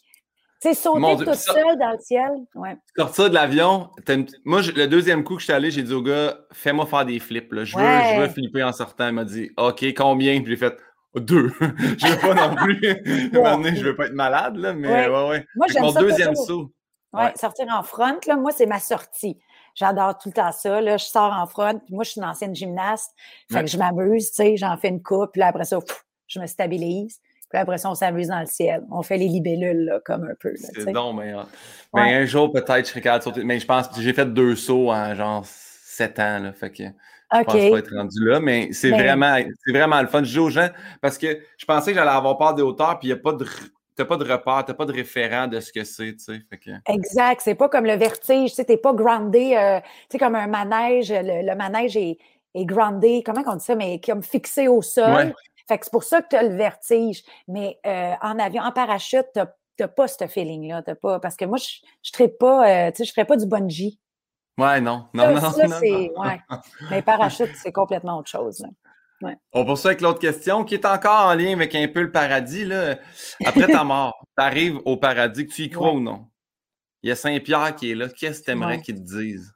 Tu sais, sauter toute seule dans le ciel, ouais. Sortir de l'avion, une... moi, je, le deuxième coup que je suis allé, j'ai dit au gars, fais-moi faire des flips, là. Je veux, ouais. je veux flipper en sortant. Il m'a dit, OK, combien? Puis j'ai fait, deux. Je veux pas non plus. À un moment donné, je veux pas être malade, là, mais ouais, ouais. ouais. Moi, j'aime mon ça deuxième toujours. saut. Ouais, ouais, sortir en front, là, moi, c'est ma sortie. J'adore tout le temps ça. Là, je sors en front, puis moi, je suis une ancienne gymnaste. Fait ouais. que je m'amuse, tu sais, j'en fais une coupe, puis là, après ça, pff, je me stabilise. Puis après ça, on s'amuse dans le ciel. On fait les libellules, là, comme un peu. Là, c'est donc, mais, mais ouais. un jour, peut-être, je serais capable de sauter. Mais je pense que j'ai fait deux sauts en genre sept ans, là. Fait que je okay. pense pas être rendu là, mais c'est, mais... Vraiment, c'est vraiment le fun. Je dis aux gens, parce que je pensais que j'allais avoir peur des hauteurs, puis il n'y a pas de... T'as pas de repère, t'as pas de référent de ce que c'est, tu sais. Fait que... Exact, c'est pas comme le vertige, tu sais, t'es pas groundé, euh, tu sais, comme un manège, le, le manège est, est groundé, comment on dit ça, mais comme fixé au sol. Ouais. Fait que c'est pour ça que t'as le vertige. Mais euh, en avion, en parachute, t'as, t'as pas ce feeling-là, t'as pas, parce que moi, je, je ferais pas, euh, tu sais, je ferais pas du bungee. Ouais, non, non, ça, non, ça, non, c'est, non. Ouais. Mais parachute, c'est complètement autre chose, là. Ouais. On poursuit avec l'autre question, qui est encore en lien avec un peu le paradis. Là. Après ta mort, tu arrives au paradis, que tu y crois ouais. ou non? Il y a Saint-Pierre qui est là. Qu'est-ce que tu aimerais ouais. qu'il te dise?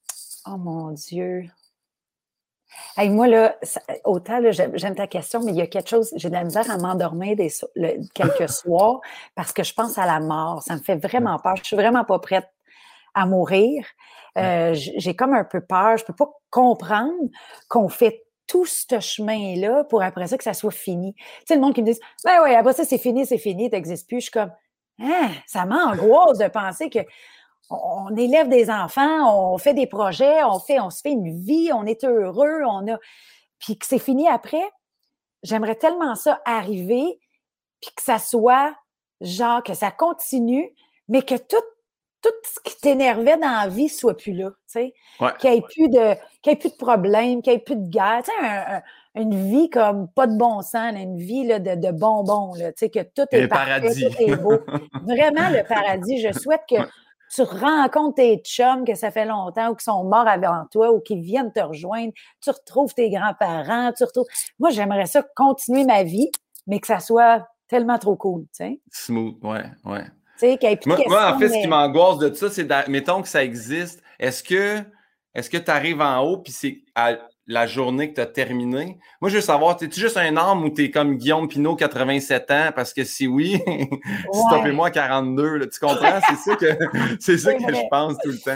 Oh mon Dieu! Hey, moi, là, ça, autant là, j'aime, j'aime ta question, mais il y a quelque chose, j'ai de la misère à m'endormir des, le, quelques soirs parce que je pense à la mort. Ça me fait vraiment peur. Je suis vraiment pas prête à mourir. Euh, j'ai comme un peu peur. Je peux pas comprendre qu'on fait tout ce chemin-là pour après ça que ça soit fini. Tu sais, le monde qui me dit « Ben oui, après ça, c'est fini, c'est fini, t'existes plus. » Je suis comme « Hein, ça m'angoisse de penser que on, on élève des enfants, on fait des projets, on fait, on se fait une vie, on est heureux, on a... Puis que c'est fini après. J'aimerais tellement ça arriver, puis que ça soit genre, que ça continue, mais que tout tout ce qui t'énervait dans la vie soit plus là, tu sais, ouais. qu'il n'y ait plus de, qu'il y ait plus de problèmes, qu'il n'y ait plus de guerre, tu sais, un, un, une vie comme pas de bon sens, une vie là, de, de bonbons, là, tu sais, que tout est le parfait, paradis. tout est beau. Vraiment le paradis. Je souhaite que ouais. tu rencontres tes chums que ça fait longtemps ou qui sont morts avant toi ou qui viennent te rejoindre, tu retrouves tes grands-parents, tu retrouves... Moi, j'aimerais ça continuer ma vie, mais que ça soit tellement trop cool, tu sais. Smooth, ouais, ouais. Qu'il y ait plus moi, de moi, en fait, mais... ce qui m'angoisse de ça, c'est, mettons que ça existe, est-ce que est-ce que tu arrives en haut puis c'est à la journée que tu as terminé? Moi, je veux savoir, es-tu juste un homme ou tu es comme Guillaume Pinault, quatre-vingt-sept ans? Parce que si oui, ouais. stopez-moi à quarante-deux, là, tu comprends? C'est ça que, c'est ça oui, que mais... je pense tout le temps.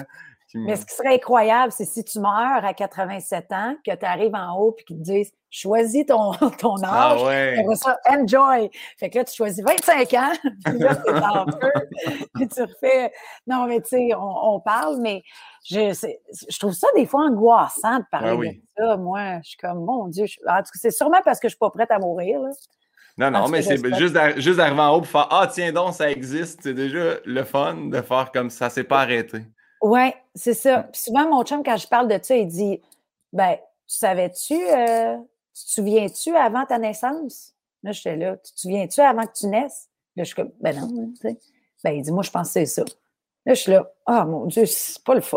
Mais ce qui serait incroyable, c'est si tu meurs à quatre-vingt-sept ans, que tu arrives en haut et qu'ils te disent « Choisis ton, ton âge. Ah ouais. » Après ça, « Enjoy. » Fait que là, tu choisis vingt-cinq ans, puis là, t'es en feu, puis tu refais... Non, mais tu sais, on, on parle, mais je, je trouve ça des fois angoissant de parler ah oui. de ça. Moi, je suis comme, mon Dieu, je... en tout cas, c'est sûrement parce que je suis pas prête à mourir, là. Non, non, mais c'est juste, juste d'arriver en haut pour faire « Ah, tiens donc, ça existe. » C'est déjà le fun de faire comme ça, c'est pas arrêté. Oui, c'est ça. Puis souvent, mon chum, quand je parle de ça, il dit « Ben, tu savais-tu, euh, tu te souviens-tu avant ta naissance? » Là, j'étais là, « Tu te souviens-tu avant que tu naisses? » Là, je suis comme « Ben non, tu sais. » Ben, il dit « Moi, je pense que c'est ça. » Là, je suis là, « Ah, mon Dieu, c'est pas le fun. »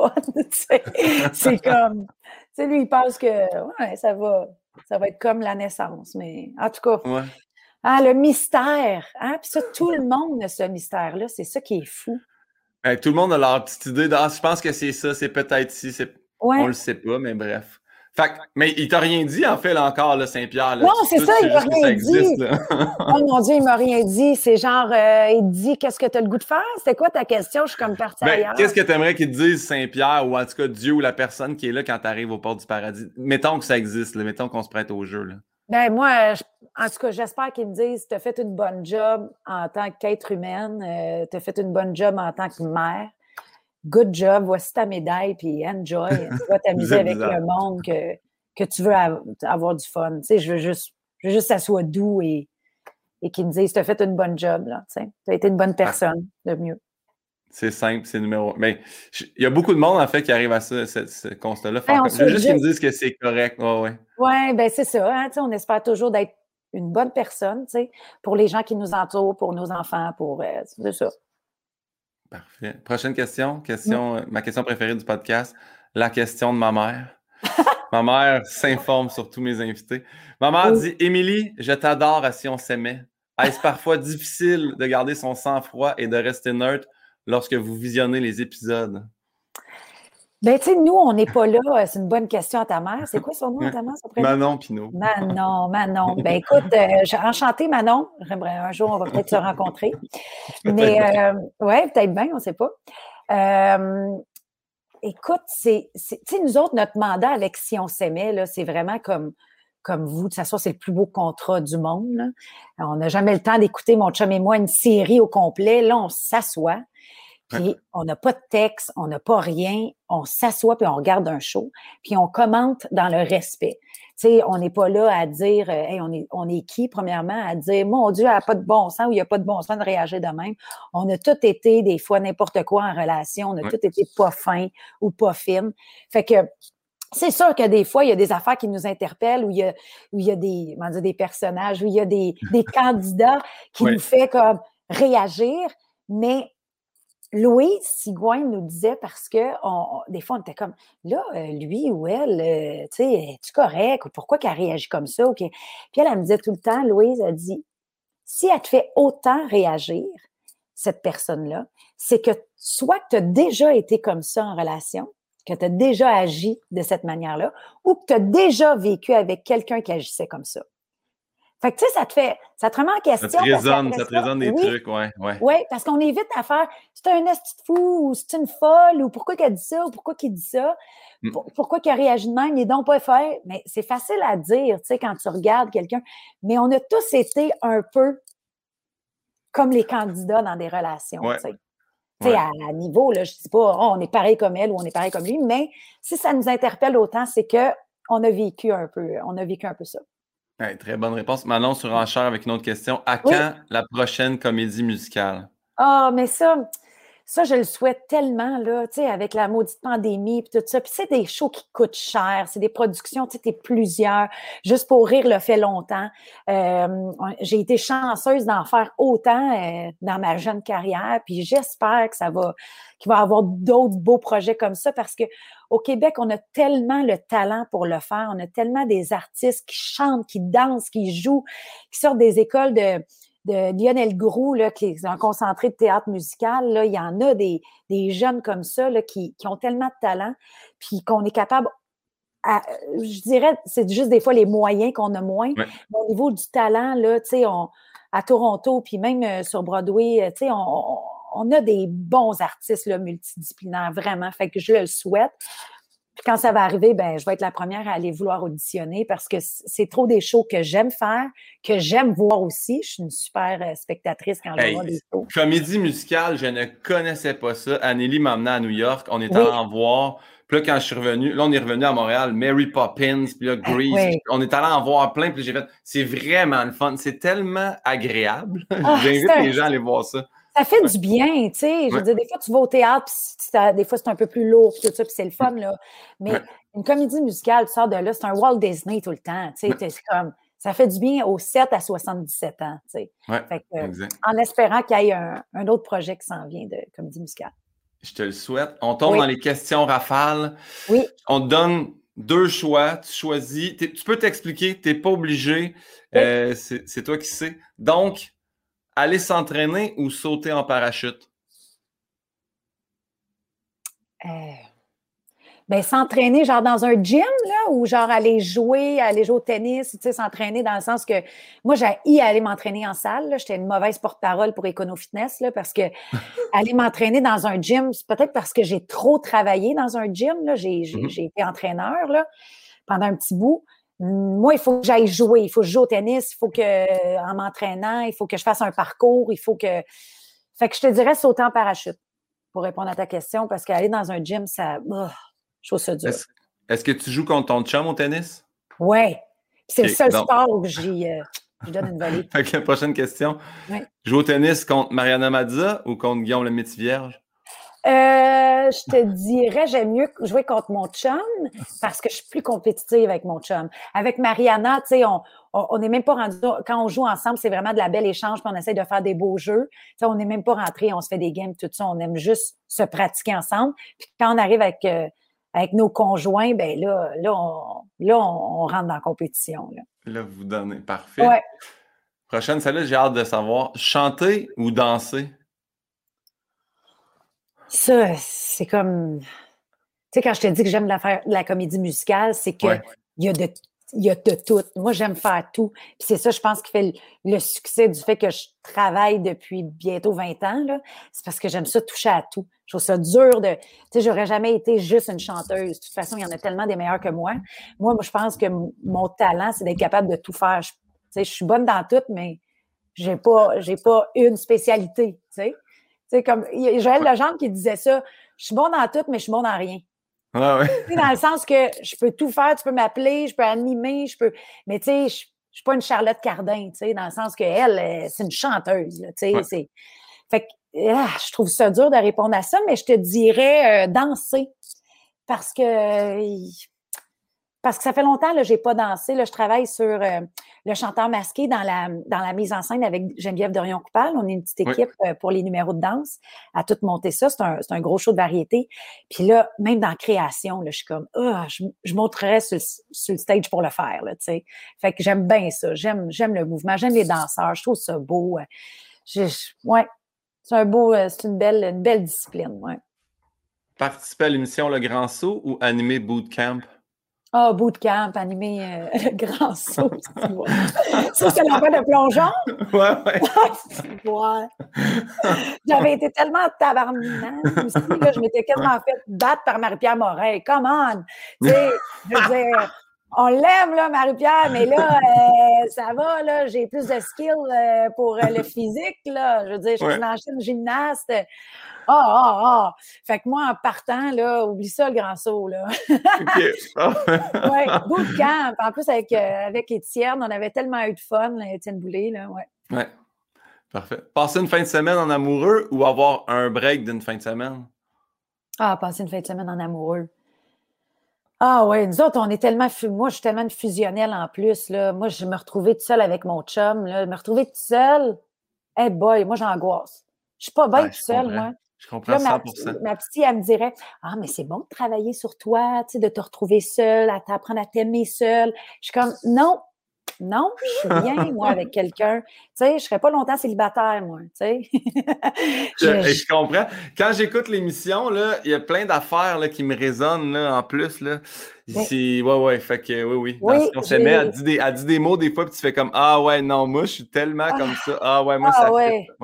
C'est comme, tu sais, lui, il pense que, ouais, ça va, ça va être comme la naissance. Mais en tout cas, ouais. ah, le mystère, hein? Puis ça, tout le monde a ce mystère-là. C'est ça qui est fou. Hey, tout le monde a leur petite idée de, ah, je pense que c'est ça, c'est peut-être ci, c'est... Ouais. On le sait pas, mais bref. Fait que, mais il t'a rien dit, en fait, là, encore, là, Saint-Pierre. Là. Non, c'est ça, il m'a rien ça existe, dit. Oh mon Dieu, il m'a rien dit. C'est genre, euh, il dit, qu'est-ce que tu as le goût de faire? C'était quoi ta question? Je suis comme partie ben, ailleurs. Qu'est-ce que tu aimerais qu'il te dise, Saint-Pierre, ou en tout cas Dieu ou la personne qui est là quand tu arrives aux portes du paradis? Mettons que ça existe, là, mettons qu'on se prête au jeu. Là. Ben moi, je, en tout cas, j'espère qu'ils me disent, tu as fait une bonne job en tant qu'être humaine, euh, tu as fait une bonne job en tant que mère. Good job, voici ta médaille, puis enjoy. Tu vas t'amuser avec bizarre. Le monde que, que tu veux avoir du fun. Tu sais, je veux juste, je veux juste que ça soit doux et, et qu'ils me disent, tu as fait une bonne job, là. Tu sais, tu as été une bonne personne, de mieux. C'est simple, c'est numéro. Mais il y a beaucoup de monde, en fait, qui arrive à ça, ce, ce constat-là. Hey, je veux juste qu'ils me disent que c'est correct. Oh, ouais, ouais, ben c'est ça. Hein, on espère toujours d'être une bonne personne, tu sais, pour les gens qui nous entourent, pour nos enfants, pour. Euh, c'est ça. Parfait. Prochaine question. question mmh. Ma question préférée du podcast. La question de ma mère. Ma mère s'informe sur tous mes invités. Ma mère oui. dit « Émilie, je t'adore à Si on s'aimait. Est-ce parfois difficile de garder son sang-froid et de rester neutre lorsque vous visionnez les épisodes? » Ben, tu sais, nous, on n'est pas là. C'est une bonne question à ta mère. C'est quoi son nom à ta mère? Son prénom? Manon Pinault. Manon, Manon. Ben, écoute, euh, enchantée, Manon. J'aimerais un jour, on va peut-être se rencontrer. Mais, euh, ouais, peut-être bien, on ne sait pas. Euh, écoute, c'est, tu sais, nous autres, notre mandat avec Si on s'aimait, là, c'est vraiment comme, comme vous. De toute façon, c'est le plus beau contrat du monde. Là. On n'a jamais le temps d'écouter, mon chum et moi, une série au complet. Là, on s'assoit. Puis on n'a pas de texte, on n'a pas rien, on s'assoit puis on regarde un show, puis on commente dans le respect. Tu sais, on n'est pas là à dire, euh, hey, on est, on est qui, premièrement, à dire, mon Dieu, elle n'a pas de bon sens ou il n'y a pas de bon sens de réagir de même. On a tous été, des fois, n'importe quoi en relation, on a ouais. tous été pas fins ou pas fines. Fait que, c'est sûr que des fois, il y a des affaires qui nous interpellent, où il y a, où il y a des, comment dire, des personnages, où il y a des, des candidats qui ouais. nous fait comme réagir, mais Louise Sigouin nous disait parce que on, on, des fois, on était comme là, euh, lui ou elle, euh, tu sais, es-tu correct? Ou pourquoi qu'elle réagit comme ça? Okay. Puis elle, elle me disait tout le temps, Louise a dit, si elle te fait autant réagir, cette personne-là, c'est que soit que tu as déjà été comme ça en relation, que tu as déjà agi de cette manière-là, ou que tu as déjà vécu avec quelqu'un qui agissait comme ça. Fait que, tu sais, ça te fait, ça te remet en question. Ça te résonne, ça te résonne des oui, trucs, ouais, ouais. Oui, parce qu'on évite à faire, c'est un esti de fou, ou c'est une folle, ou pourquoi qu'elle dit ça, ou pourquoi qu'il dit ça, mm. pour, pourquoi qu'il réagit de même, il est donc pas fait. Mais c'est facile à dire, tu sais, quand tu regardes quelqu'un. Mais on a tous été un peu comme les candidats dans des relations, ouais. tu sais. Tu sais, à, à niveau, là, je dis pas, oh, on est pareil comme elle ou on est pareil comme lui, mais si ça nous interpelle autant, c'est que on a vécu un peu, on a vécu un peu ça. Ouais, très bonne réponse. Manon surenchère avec une autre question. À quand oui. la prochaine comédie musicale? Ah, oh, mais ça, ça, je le souhaite tellement, là, tu sais, avec la maudite pandémie et tout ça. Puis c'est des shows qui coûtent cher, c'est des productions, tu sais, t'es plusieurs. Juste pour rire le fait longtemps. Euh, j'ai été chanceuse d'en faire autant euh, dans ma jeune carrière, puis j'espère que ça va, qu'il va y avoir d'autres beaux projets comme ça parce que au Québec, on a tellement le talent pour le faire. On a tellement des artistes qui chantent, qui dansent, qui jouent, qui sortent des écoles de, de Lionel Groux, là, qui est un concentré de théâtre musical. Là. Il y en a des, des jeunes comme ça là, qui, qui ont tellement de talent, puis qu'on est capable, à, je dirais, c'est juste des fois les moyens qu'on a moins. Ouais. Mais au niveau du talent, là, tu sais, on, à Toronto, puis même euh, sur Broadway, tu sais, on, on on a des bons artistes là, multidisciplinaires, vraiment. Fait que je le souhaite. Puis quand ça va arriver, ben je vais être la première à aller vouloir auditionner parce que c'est trop des shows que j'aime faire, que j'aime voir aussi. Je suis une super spectatrice quand je hey, vois des shows. Comédie musicale, je ne connaissais pas ça. Anneli m'a emmené à New York. On est Oui. allé en voir. Puis là, quand je suis revenu, là, on est revenu à Montréal, Mary Poppins, puis là, Grease. Oui. On est allé en voir plein, puis j'ai fait, c'est vraiment le fun. C'est tellement agréable. Ah, J'invite un... les gens à aller voir ça. Ça fait ouais. du bien, tu sais. Je veux ouais. dire, des fois, tu vas au théâtre, puis des fois, c'est un peu plus lourd, puis tout ça, puis c'est le fun, là. Mais ouais. une comédie musicale, tu sors de là, c'est un Walt Disney tout le temps, tu sais. Ouais. C'est comme, ça fait du bien aux sept à soixante-dix-sept ans, tu sais. Ouais, fait que, en espérant qu'il y ait un, un autre projet qui s'en vient de comédie musicale. Je te le souhaite. On tombe oui. dans les questions rafales. Oui. On te donne deux choix. Tu choisis. Tu peux t'expliquer. Tu n'es pas obligé. Oui. Euh, c'est toi qui sais. Donc, aller s'entraîner ou sauter en parachute? Euh... Ben, s'entraîner, genre dans un gym, là, ou genre aller jouer, aller jouer au tennis, tu sais, s'entraîner dans le sens que moi, j'ai aller m'entraîner en salle. J'étais une mauvaise porte-parole pour Econo-Fitness, là, parce que aller m'entraîner dans un gym, c'est peut-être parce que j'ai trop travaillé dans un gym, là. J'ai mm-hmm. été entraîneur, là, pendant un petit bout. Moi, il faut que j'aille jouer. Il faut que je joue au tennis. Il faut que, en m'entraînant, il faut que je fasse un parcours. Il faut que. Fait que je te dirais sauter en parachute pour répondre à ta question, parce qu'aller dans un gym, ça. Oh, je trouve ça dur. Est-ce est que tu joues contre ton chum au tennis? Oui. C'est okay, le seul donc... sport où j'y euh, je donne une volée. Fait que la prochaine question. Ouais. Jouer au tennis contre Mariana Mazza ou contre Guillaume le Métis-Vierge? Euh, je te dirais, j'aime mieux jouer contre mon chum parce que je suis plus compétitive avec mon chum. Avec Mariana, tu sais, on on n'est même pas rendu, quand on joue ensemble, c'est vraiment de la belle échange, puis on essaie de faire des beaux jeux. Tu sais, on n'est même pas rentré, on se fait des games, tout ça, on aime juste se pratiquer ensemble. Puis quand on arrive avec euh, avec nos conjoints, ben là, là, on, là, on, on rentre dans la compétition. Là, là vous donnez, parfait. Ouais. Prochaine, celle-là, j'ai hâte de savoir, chanter ou danser? Ça, c'est comme... Tu sais, quand je te dis que j'aime la, faire, la comédie musicale, c'est qu'il ouais. y a de il y a de tout. Moi, j'aime faire tout. Puis c'est ça, je pense, qui fait le, le succès du fait que je travaille depuis bientôt vingt ans, là. C'est parce que j'aime ça toucher à tout. Je trouve ça dur de... Tu sais, j'aurais jamais été juste une chanteuse. De toute façon, il y en a tellement des meilleurs que moi. Moi, moi je pense que mon talent, c'est d'être capable de tout faire. Je, tu sais, je suis bonne dans tout, mais j'ai pas, j'ai pas une spécialité, tu sais. Tu sais, comme Joël Legendre qui disait ça, je suis bon dans tout, mais je suis bon dans rien. Ah ouais. Dans le sens que je peux tout faire, tu peux m'appeler, je peux animer, je peux. Mais tu sais, je, je suis pas une Charlotte Cardin, tu sais, dans le sens qu'elle, c'est une chanteuse, tu sais. Ouais. C'est... Fait que ah, je trouve ça dur de répondre à ça, mais je te dirais euh, danser. Parce que parce que ça fait longtemps que je n'ai pas dansé. Là, je travaille sur euh, le chanteur masqué dans la, dans la mise en scène avec Geneviève Dorion-Coupal. On est une petite équipe oui. euh, pour les numéros de danse à tout monter ça. C'est un, c'est un gros show de variété. Puis là, même dans la création, là, je suis comme, oh, je, je monterais sur, sur le stage pour le faire. Là, t'sais. Fait que j'aime bien ça. J'aime, j'aime le mouvement. J'aime les danseurs. Je trouve ça beau. Je, je, ouais, c'est un beau, c'est une belle, une belle discipline. Ouais. Participer à l'émission Le Grand Saut ou animer Bootcamp? Ah, oh, bootcamp, animé euh, le grand saut, tu vois. Ça, c'est l'enfer de plongeon? Ouais, ouais. ouais. J'avais été tellement tabarnane aussi, là, je m'étais quasiment ouais. fait battre par Marie-Pierre Morin. Come on! Tu sais, je veux dire, on l'aime, là, Marie-Pierre, mais là, euh, ça va, là, j'ai plus de skill euh, pour euh, le physique, là. Je veux dire, je suis ouais. une ancienne gymnaste. Ah, ah, ah! Fait que moi, en partant, là, oublie ça, le grand saut, là. OK. Oh. Oui, bootcamp. En plus, avec, euh, avec Étienne, on avait tellement eu de fun, là, Étienne Boulay, là, ouais. Ouais. Parfait. Passer une fin de semaine en amoureux ou avoir un break d'une fin de semaine? Ah, passer une fin de semaine en amoureux. Ah oui, nous autres, on est tellement... Moi, je suis tellement une fusionnelle en plus, là. Moi, je me retrouvais toute seule avec mon chum, là. Me retrouver toute seule, hey boy, moi, j'angoisse. Je suis pas bien toute seule, comprends. moi. Je comprends là, ma, cent pour cent. Ma petite, elle me dirait « Ah, mais c'est bon de travailler sur toi, tu sais, de te retrouver seule, à t'apprendre à t'aimer seule. » Je suis comme « Non, non, je suis bien, moi, avec quelqu'un. Tu sais, je serais pas longtemps célibataire, moi, tu sais. je, je... je comprends. Quand j'écoute l'émission, là, il y a plein d'affaires là, qui me résonnent là, en plus. Là. C'est... Ouais, ouais, fait que oui, oui. oui on s'aimait, elle dit, des, dit des mots des fois, puis tu fais comme « Ah ouais, non, moi, je suis tellement ah, comme ça. Ah ouais, moi, ah, ça ouais. fait... » ouais.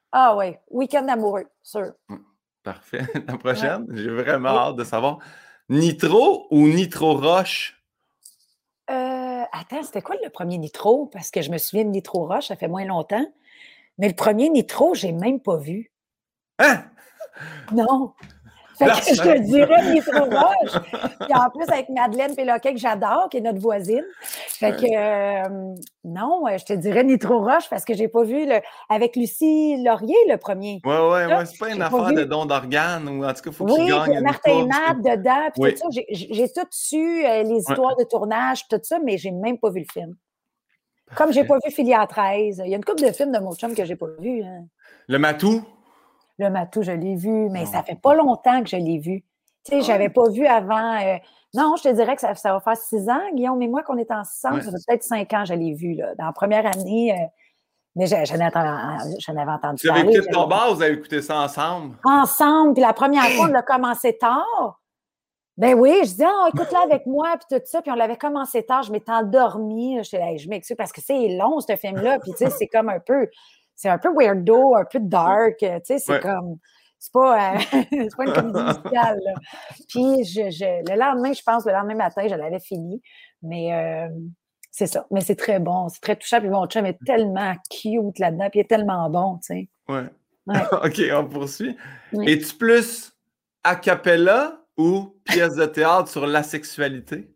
Ah oui, Week-end amoureux, sûr. Parfait. La prochaine, Ouais. j'ai vraiment Oui. hâte de savoir. Nitro ou Nitro Roche? Euh, attends, c'était quoi le premier Nitro? Parce que je me souviens de Nitro Roche, ça fait moins longtemps. Mais le premier Nitro, j'ai même pas vu. Hein? Non. Fait que je Blasphème! te dirais Nitro Roche. Puis en plus, avec Madeleine Péloquin, que j'adore, qui est notre voisine. Fait que euh, non, je te dirais Nitro Roche parce que j'ai pas vu le avec Lucie Laurier, le premier. Ouais, ouais, Ça, ouais. C'est pas une j'ai pas affaire de vu. don d'organes ou en tout cas, il faut qu'il Oui, puis gagne une Martin et course. Matt dedans, puis Oui. tout ça. J'ai, j'ai tout su, euh, les Ouais. histoires de tournage, tout ça, mais j'ai même pas vu le film. Comme j'ai pas vu Filia treize. Il y a une couple de films de mon chum que j'ai pas vu. Hein. Le Matou? Le Matou, je l'ai vu, mais Non. ça fait pas longtemps que je l'ai vu. Tu sais, Ah j'avais ouais? pas vu avant. euh, Non, je te dirais que ça, ça va faire six ans, Guillaume et moi, qu'on est ensemble. Ouais. Ça fait peut-être cinq ans que je l'ai vu, là. Dans la première année, euh, mais j'en j'en avais, j'en avais entendu Tu l'avais parler. écouté de ton bar ou vous avez écouté ça ensemble? Ensemble, puis la première fois, on l'a commencé tard. Ben oui, je dis, ah, écoute-la avec moi, puis tout ça. Puis on l'avait commencé tard, je m'étais endormie. Je, hey, je m'excuse parce que c'est long, ce film-là. Puis tu sais, c'est comme un peu, c'est un peu weirdo, un peu dark. Tu sais, c'est Ouais. comme, c'est pas, euh, c'est pas une comédie musicale. Là. Puis je, je, le lendemain, je pense, le lendemain matin, je l'avais fini. Mais euh, c'est ça. Mais c'est très bon, c'est très touchant. Puis mon chum est tellement cute là-dedans, puis il est tellement bon, tu sais. Ouais. Ouais. OK, on poursuit. Ouais. Es-tu plus a cappella ou pièce de théâtre sur la sexualité?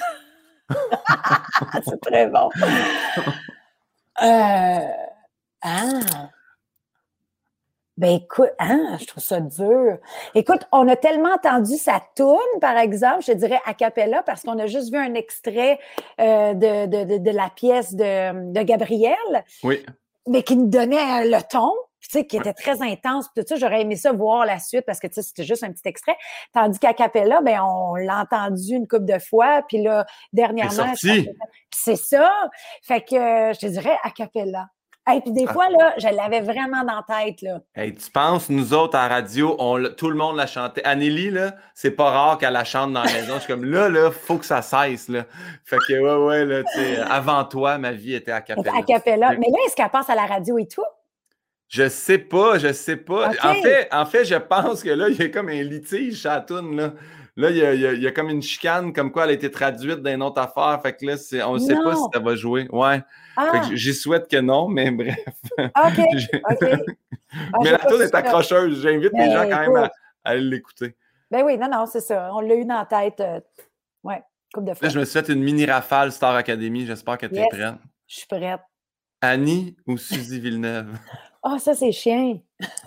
C'est très bon. Euh, ah. Ben écoute, hein, je trouve ça dur. Écoute, on a tellement entendu sa toune, par exemple, je te dirais a cappella, parce qu'on a juste vu un extrait euh, de, de, de, de la pièce de, de Gabriel, Oui. mais qui nous donnait euh, le ton, tu sais, qui était Ouais. très intense. Tout ça, j'aurais aimé ça voir la suite parce que tu sais, c'était juste un petit extrait. Tandis qu'à cappella, ben on l'a entendu une couple de fois, puis là, dernièrement, C'est sorti. c'est ça. Fait que euh, je te dirais a cappella. Et puis des Ah. fois, là, je l'avais vraiment dans la tête, là. Hey, tu penses, nous autres, à la radio, on, l'a- tout le monde la chantait. Anneli, là, c'est pas rare qu'elle la chante dans la maison. Je suis comme, là, là, faut que ça cesse, là. Fait que, ouais, ouais, là, tu sais, avant toi, ma vie était à cappella. A cappella. Mais- Mais là, est-ce qu'elle passe à la radio et tout? Je sais pas, je sais pas. OK. En fait, en fait, je pense que là, il y a comme un litige à la toune, là. Là, il y, a, il y a- il y a comme une chicane, comme quoi elle a été traduite d'une autre affaire. Fait que là, c'est- on ne sait pas si Non. ça va jouer. Ouais. Fait Ah, que j'y souhaite que non, mais bref. OK, J'ai- OK. Ah, mais j'ai la pas toune su est ça. accrocheuse. J'invite les Ben, gens quand même à, écoute. à aller l'écouter. Ben oui, non, non, c'est ça. On l'a eu dans la tête. euh, ouais, couple de Là, fois. je me suis fait une mini rafale Star Academy. J'espère que tu es Yes. prête. Je suis prête. Annie ou Suzy Villeneuve? Ah, ça, c'est chien.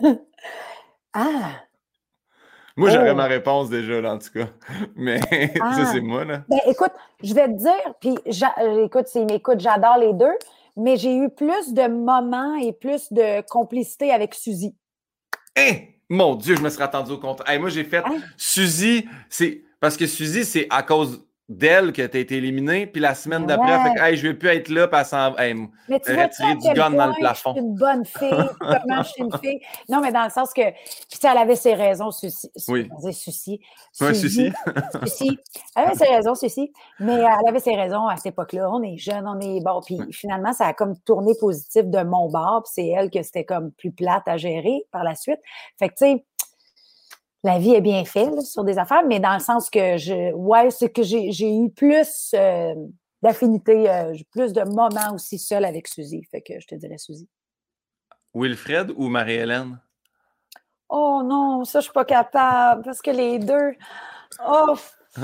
Ah, Moi, j'aurais Oh. ma réponse déjà, là, en tout cas. Mais Ah. ça, c'est moi, là. ben écoute, je vais te dire, puis j'a- euh, écoute, s'il m'écoute, j'adore les deux, mais j'ai eu plus de moments et plus de complicité avec Suzy. Hein? Mon Dieu, je me serais attendu au contraire. Hey, moi, j'ai fait Hein? Suzy, c'est parce que Suzy, c'est à cause d'elle que tu as été éliminée. Puis la semaine Ben d'après, elle fait ouais. que hey, je ne vais plus être là. Puis elle s'en hey, Mais tu elle vois aurait tiré à du quel gun dans le point plafond. je suis une bonne fille, puis comment je suis une fille. Non, mais dans le sens que, puis tu sais, elle avait ses raisons, Suzy. Oui. On dit Suzy. Ouais, Suzy. Suzy. Suzy. Elle avait ses raisons, Suzy. Mais elle avait ses raisons à cette époque-là. On est jeunes, on est bon. Puis finalement, ça a comme tourné positif de mon bord. Puis c'est elle que c'était comme plus plate à gérer par la suite. Fait que, tu sais, la vie est bien faite là, sur des affaires, mais dans le sens que je, ouais, c'est que j'ai, j'ai eu plus euh, d'affinité, euh, plus de moments aussi seul avec Suzy. Fait que je te dirais Suzy. Wilfred ou Marie-Hélène? Oh non, ça, je suis pas capable parce que les deux. Oh!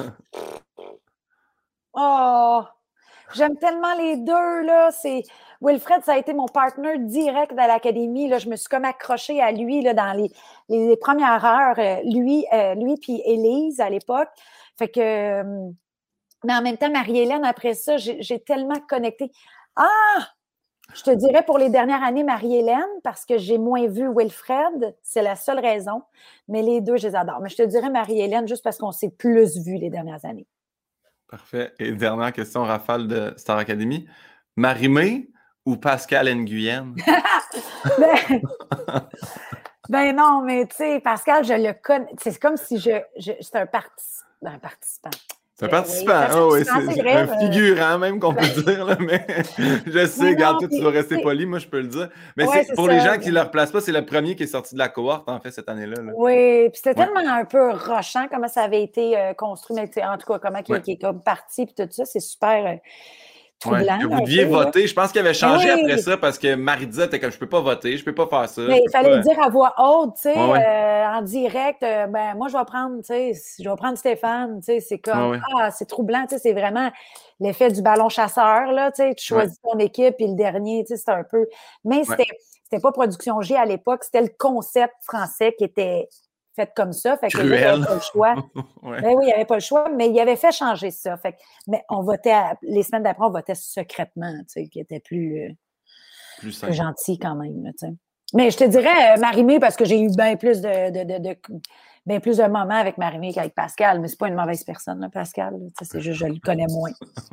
Oh! J'aime tellement les deux, là. C'est... Wilfred, ça a été mon partner direct à l'académie. Là. Je me suis comme accrochée à lui là, dans les, les, les premières heures. Euh, lui, euh, lui puis Élise à l'époque. Fait que... euh, mais en même temps, Marie-Hélène, après ça, j'ai, j'ai tellement connecté. Ah! Je te dirais pour les dernières années, Marie-Hélène, parce que j'ai moins vu Wilfred. C'est la seule raison. Mais les deux, je les adore. Mais je te dirais Marie-Hélène juste parce qu'on s'est plus vu les dernières années. Parfait. Et dernière question, rafale de Star Academy. Marie-Mé ou Pascal Nguyen? ben, ben non, mais tu sais, Pascal, je le connais. C'est comme si je, je c'est un, partic... un participant. C'est un participant, oui, oh, oui, c'est vrai, un mais... figurant même qu'on peut dire, là, mais je sais, mais regarde, non, toi, tu vas rester poli, moi je peux le dire. Mais ouais, c'est, pour ça, les gens mais... qui ne le replacent pas, c'est le premier qui est sorti de la cohorte, en fait, cette année-là. Là. Oui, puis c'était ouais. tellement un peu rochant comment ça avait été euh, construit, mais en tout cas, comment ouais. il est comme parti, puis tout ça, c'est super... Euh... Ouais, que vous deviez peu, voter. Là. Je pense qu'il avait changé oui. après ça parce que Marie-Disa était comme je peux pas voter, je peux pas faire ça. Mais il fallait pas... le dire à voix haute, tu sais, ouais, ouais. euh, en direct. Euh, ben moi, je vais prendre, tu sais, je vais prendre Stéphane, tu sais, c'est comme ouais, ouais. ah, c'est troublant, tu sais, c'est vraiment l'effet du ballon chasseur, là, tu sais, tu choisis ouais. ton équipe et le dernier, tu sais, c'est un peu. Mais c'était, ouais. c'était pas Production G à l'époque, c'était le concept français qui était fait comme ça. Fait que là, il n'y avait pas le choix. ouais. Ben oui, il n'y avait pas le choix, mais il avait fait changer ça. Fait que, mais on votait, à, les semaines d'après, on votait secrètement, tu sais, qui était plus, euh, plus, plus gentil quand même, tu sais. Mais je te dirais, euh, Marie-Mé, parce que j'ai eu bien plus de, de, de, de bien plus de moments avec Marie-Mé qu'avec Pascal, mais c'est pas une mauvaise personne, là, Pascal. C'est juste, je le connais moins.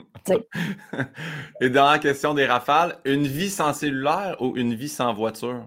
Et dans la question des rafales, une vie sans cellulaire ou une vie sans voiture?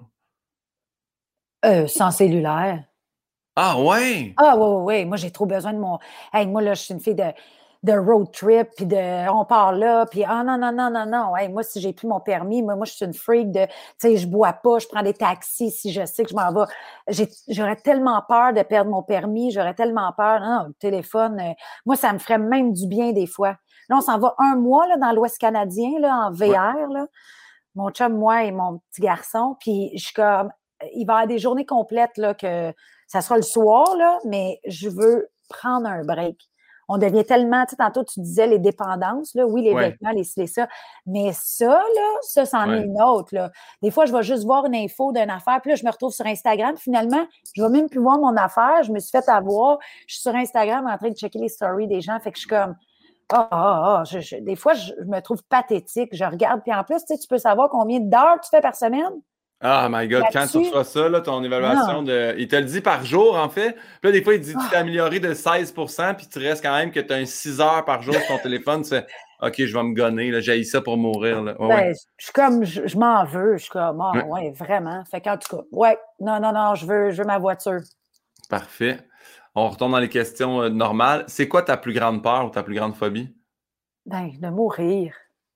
Euh, sans cellulaire. Ah ouais? Ah oui, oui, oui. Moi, j'ai trop besoin de mon... Hey, moi, là, je suis une fille de, de road trip, puis de on part là, puis ah non, non, non, non, non. Hey, moi, si j'ai plus mon permis, moi, moi, je suis une freak de, tu sais, je bois pas, je prends des taxis si je sais que je m'en vais. J'ai, j'aurais tellement peur de perdre mon permis, j'aurais tellement peur. Non, le téléphone, euh, moi, ça me ferait même du bien des fois. Là, on s'en va un mois là, dans l'Ouest canadien, là, en V R, ouais. là. Mon chum, moi et mon petit garçon, puis je suis comme, il va y avoir des journées complètes, là, que ça sera le soir, là, mais je veux prendre un break. On devient tellement, tu sais, tantôt, tu disais les dépendances, là, oui, les ouais. vêtements, les les ça, mais ça, là, ça, c'en ouais. est une autre, là. Des fois, je vais juste voir une info d'une affaire, puis là, je me retrouve sur Instagram, finalement, je vais même plus voir mon affaire, je me suis fait avoir, je suis sur Instagram en train de checker les stories des gens, fait que je suis comme, ah, ah, ah, des fois, je, je me trouve pathétique, je regarde, puis en plus, tu sais, tu peux savoir combien d'heures tu fais par semaine? Ah, my God, quand tu reçois ça, là, ton évaluation, de, il te le dit par jour, en fait. Puis là, des fois, il te dit que tu t'es amélioré de seize pour cent, puis tu restes quand même que tu as un six heures par jour sur ton téléphone. Tu fais, OK, je vais me gonner, là, j'ai ça pour mourir. Là. Oh, ben, ouais. Je suis comme, je, je m'en veux, je suis comme, ah, ouais. ouais, vraiment. Fait qu'en tout cas, ouais, non, non, non, je veux, je veux ma voiture. Parfait. On retourne dans les questions euh, normales. C'est quoi ta plus grande peur ou ta plus grande phobie? Ben, de mourir.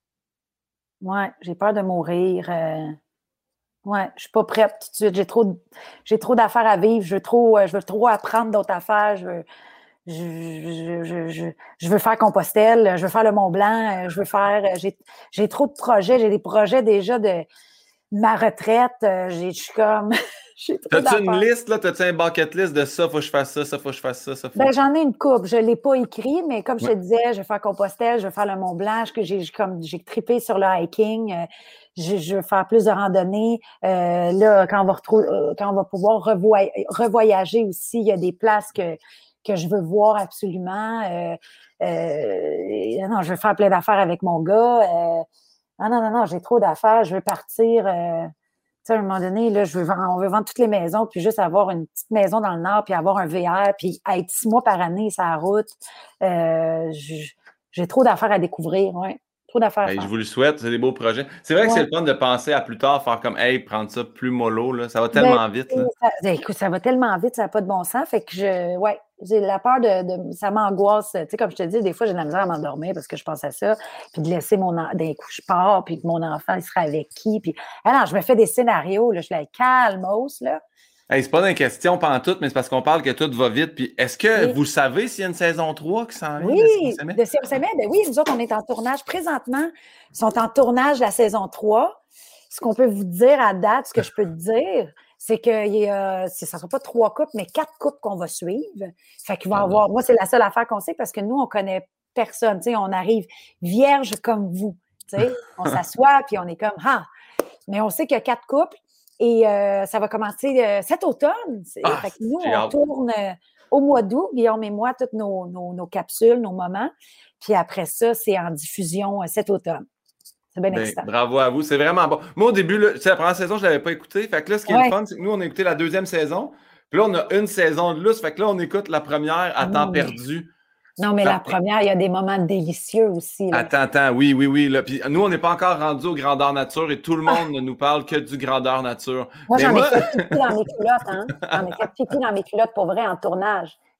Ouais, j'ai peur de mourir. Euh... Ouais, je suis pas prête tout de suite. J'ai trop, j'ai trop d'affaires à vivre. Je veux trop, je veux trop apprendre d'autres affaires. Je veux, je, je, je, je, je veux faire Compostelle. Je veux faire le Mont Blanc. Je veux faire. J'ai, j'ai trop de projets. J'ai des projets déjà de ma retraite. J'ai, je suis comme. T'as-tu une liste, là? T'as-tu un bucket list de ça, faut que je fasse ça, ça, faut que je fasse ça, ça, faut... Ben, j'en ai une couple. Je l'ai pas écrit, mais comme ouais. je te disais, je vais faire Compostelle, je vais faire le Mont Blanc, que j'ai, comme, j'ai trippé sur le hiking. Je, je veux faire plus de randonnées. Euh, là, quand on va retrouver, quand on va pouvoir revoy- revoyager aussi, il y a des places que, que je veux voir absolument. Euh, euh, non, je veux faire plein d'affaires avec mon gars. Euh, non, non, non, non, j'ai trop d'affaires. Je veux partir. Euh, Tu sais, à un moment donné, là, je veux vendre, on veut vendre toutes les maisons, puis juste avoir une petite maison dans le Nord, puis avoir un V R, puis être six mois par année sur la route. Euh, j'ai trop d'affaires à découvrir, ouais. Trop d'affaires hey, à faire. Je vous le souhaite, c'est des beaux projets. C'est vrai ouais. que c'est le fun de penser à plus tard, faire comme, hey, prendre ça plus mollo, là. Ça va tellement ben, vite, là. Ça, écoute, ça va tellement vite, ça n'a pas de bon sens. Fait que je, ouais, j'ai la peur de, de ça m'angoisse. Tu sais, comme je te dis, des fois, j'ai de la misère à m'endormir parce que je pense à ça. Puis de laisser mon, d'un coup, je pars, puis que mon enfant, il sera avec qui. Puis, alors, je me fais des scénarios, là. Je suis là, calmos, là. Hey, c'est pas une question pantoute, mais c'est parce qu'on parle que tout va vite. Puis est-ce que oui. vous savez s'il y a une saison trois qui s'en vient? Oui, de Si on s'aimait, ben oui, nous autres, on est en tournage. Présentement, ils sont en tournage la saison trois. Ce qu'on peut vous dire à date, ce que je peux te dire, c'est que ça ne sera pas trois couples, mais quatre couples qu'on va suivre. Fait qu'il va y avoir. Moi, c'est la seule affaire qu'on sait parce que nous, on connaît personne. Tu sais, on arrive vierge comme vous. Tu sais, on s'assoit puis on est comme ah. Mais on sait qu'il y a quatre couples. Et euh, ça va commencer euh, cet automne. Ah, fait que nous, on hâte. tourne euh, au mois d'août, Guillaume et moi, toutes nos, nos, nos capsules, nos moments. Puis après ça, c'est en diffusion euh, cet automne. C'est bien ben, excitant. Bravo à vous, c'est vraiment bon. Moi, au début, là, la première saison, je ne l'avais pas écouté. Fait que là, ce qui est ouais. le fun, c'est que nous, on a écouté la deuxième saison. Puis là, on a une saison de lousse. Fait que là, on écoute la première à mmh. temps perdu. Non, mais ça, la première, il y a des moments délicieux aussi. Là. Attends, attends, oui, oui, oui. Là. Puis nous, on n'est pas encore rendu au grandeur nature et tout le monde ah. ne nous parle que du grandeur nature. Moi, j'en moi... ai fait pipi dans mes culottes, hein. J'en ai fait pipi dans mes culottes pour vrai en tournage.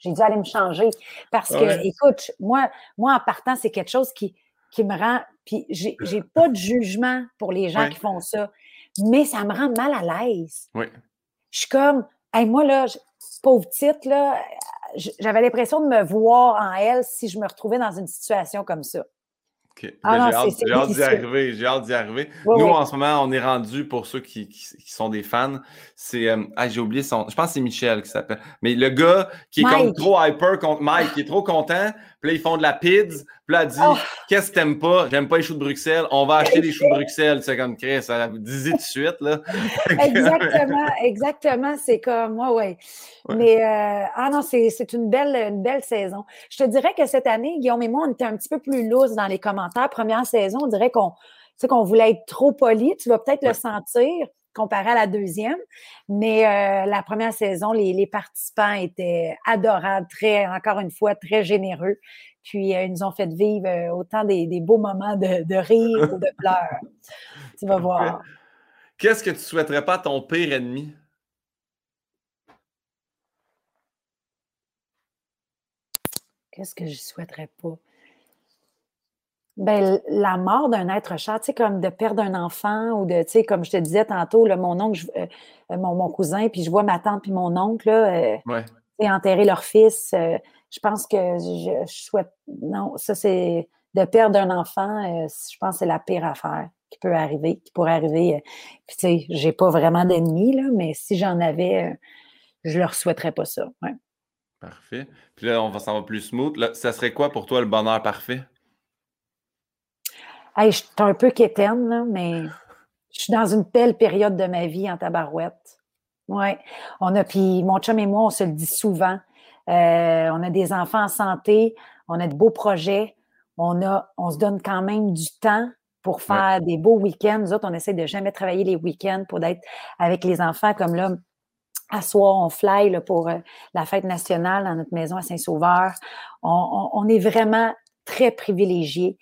J'ai dû aller me changer. Parce que, Ouais. écoute, moi, moi, en partant, c'est quelque chose qui, qui me rend. Puis, j'ai, j'ai pas de jugement pour les gens Ouais. qui font ça, mais ça me rend mal à l'aise. Oui. Je suis comme, hey, moi, là, je, pauvre petite, là, j'avais l'impression de me voir en elle si je me retrouvais dans une situation comme ça. OK. Ah Ben, non, j'ai c'est, hâte, c'est j'ai hâte d'y délicieux. arriver. J'ai hâte d'y arriver. Oui, Nous, oui. en ce moment, on est rendu, pour ceux qui, qui, qui sont des fans, c'est... euh, ah, j'ai oublié son... Je pense que c'est Michel qui s'appelle. Mais le gars qui est comme Mike. trop hyper contre Mike, qui est trop content, puis là, ils font de la pids, puis là, elle dit Oh. « Qu'est-ce que t'aimes pas? J'aime pas les choux de Bruxelles. On va acheter des choux de Bruxelles. » C'est comme Chris, ça dis tout de suite, là. Exactement, exactement. C'est comme, moi, ouais, Ouais. Mais, euh, ah non, c'est, c'est une belle, une belle saison. Je te dirais que cette année, Guillaume et moi, on était un petit peu plus lousses dans les commentaires. Première saison, on dirait qu'on, tu sais, qu'on voulait être trop poli. Tu vas peut-être Ouais. le sentir comparé à la deuxième. Mais euh, la première saison, les, les participants étaient adorables, très, encore une fois, très généreux. Puis, euh, ils nous ont fait vivre euh, autant des, des beaux moments de, de rire ou de pleurs. Tu vas voir. Qu'est-ce que tu souhaiterais pas à ton pire ennemi? Qu'est-ce que je souhaiterais pas? Ben, la mort d'un être cher, tu sais, comme de perdre un enfant ou de, tu sais, comme je te disais tantôt, là, mon oncle, je, euh, mon, mon cousin, puis je vois ma tante puis mon oncle, là, euh, Ouais. tu sais, enterrer leur fils. Euh, je pense que je, je souhaite. Non, ça, c'est de perdre un enfant, euh, je pense que c'est la pire affaire qui peut arriver, qui pourrait arriver. Euh, puis, tu sais, j'ai pas vraiment d'ennemis, là, mais si j'en avais, euh, je leur souhaiterais pas ça. Ouais. Parfait. Puis là, on va s'en va plus smooth. Là, ça serait quoi pour toi le bonheur parfait? Hey, je suis un peu quétaine, là, mais je suis dans une belle période de ma vie en tabarouette. Oui. On a, puis mon chum et moi, on se le dit souvent. Euh, on a des enfants en santé, on a de beaux projets, on a, on se donne quand même du temps pour faire ouais. des beaux week-ends. Nous autres, on essaie de jamais travailler les week-ends pour être avec les enfants. Comme là, à soir, on fly là, pour euh, la fête nationale dans notre maison à Saint-Sauveur. On, on, on est vraiment très privilégiés.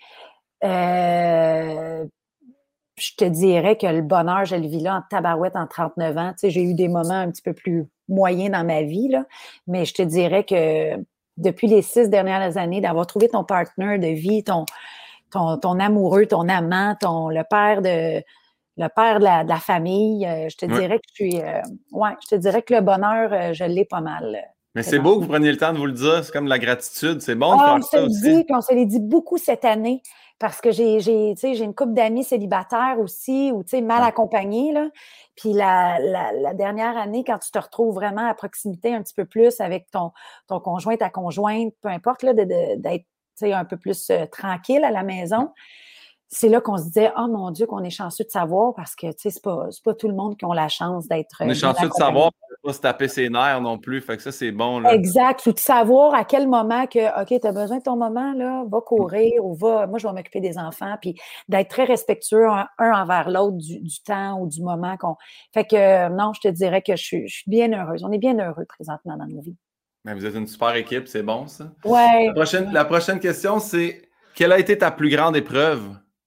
Euh, je te dirais que le bonheur, je le vis là en tabarouette en trente-neuf ans. Tu sais, j'ai eu des moments un petit peu plus moyens dans ma vie, là, mais je te dirais que depuis les six dernières années, d'avoir trouvé ton partenaire de vie, ton, ton, ton amoureux, ton amant, ton, le père de, le père de la, de la famille, euh, je te ouais. dirais que je suis, euh, ouais, je te dirais que le bonheur, euh, je l'ai pas mal. Euh, Mais c'est beau que vous preniez le temps de vous le dire. C'est comme de la gratitude. C'est bon de ah, faire on ça se aussi. Dit, puis on se l'est dit beaucoup cette année parce que j'ai, j'ai, j'ai une couple d'amis célibataires aussi ou mal accompagnés. Là. Puis la, la, la dernière année, quand tu te retrouves vraiment à proximité un petit peu plus avec ton, ton conjoint, ta conjointe, peu importe, là, de, de, d'être un peu plus euh, tranquille à la maison, c'est là qu'on se disait, oh mon Dieu, qu'on est chanceux de savoir parce que c'est pas, c'est pas tout le monde qui a la chance d'être. On est chanceux de savoir de ne pas se taper ses nerfs non plus. Fait que ça, c'est bon. Là. Exact. Ou de savoir à quel moment que, OK, tu as besoin de ton moment, là, va courir ou va, moi, je vais m'occuper des enfants. Puis d'être très respectueux un, un envers l'autre du, du temps ou du moment qu'on. Fait que euh, non, je te dirais que je suis, je suis bien heureuse. On est bien heureux présentement dans nos vies. Mais vous êtes une super équipe, c'est bon, ça. Ouais. La prochaine, la prochaine question, c'est quelle a été ta plus grande épreuve?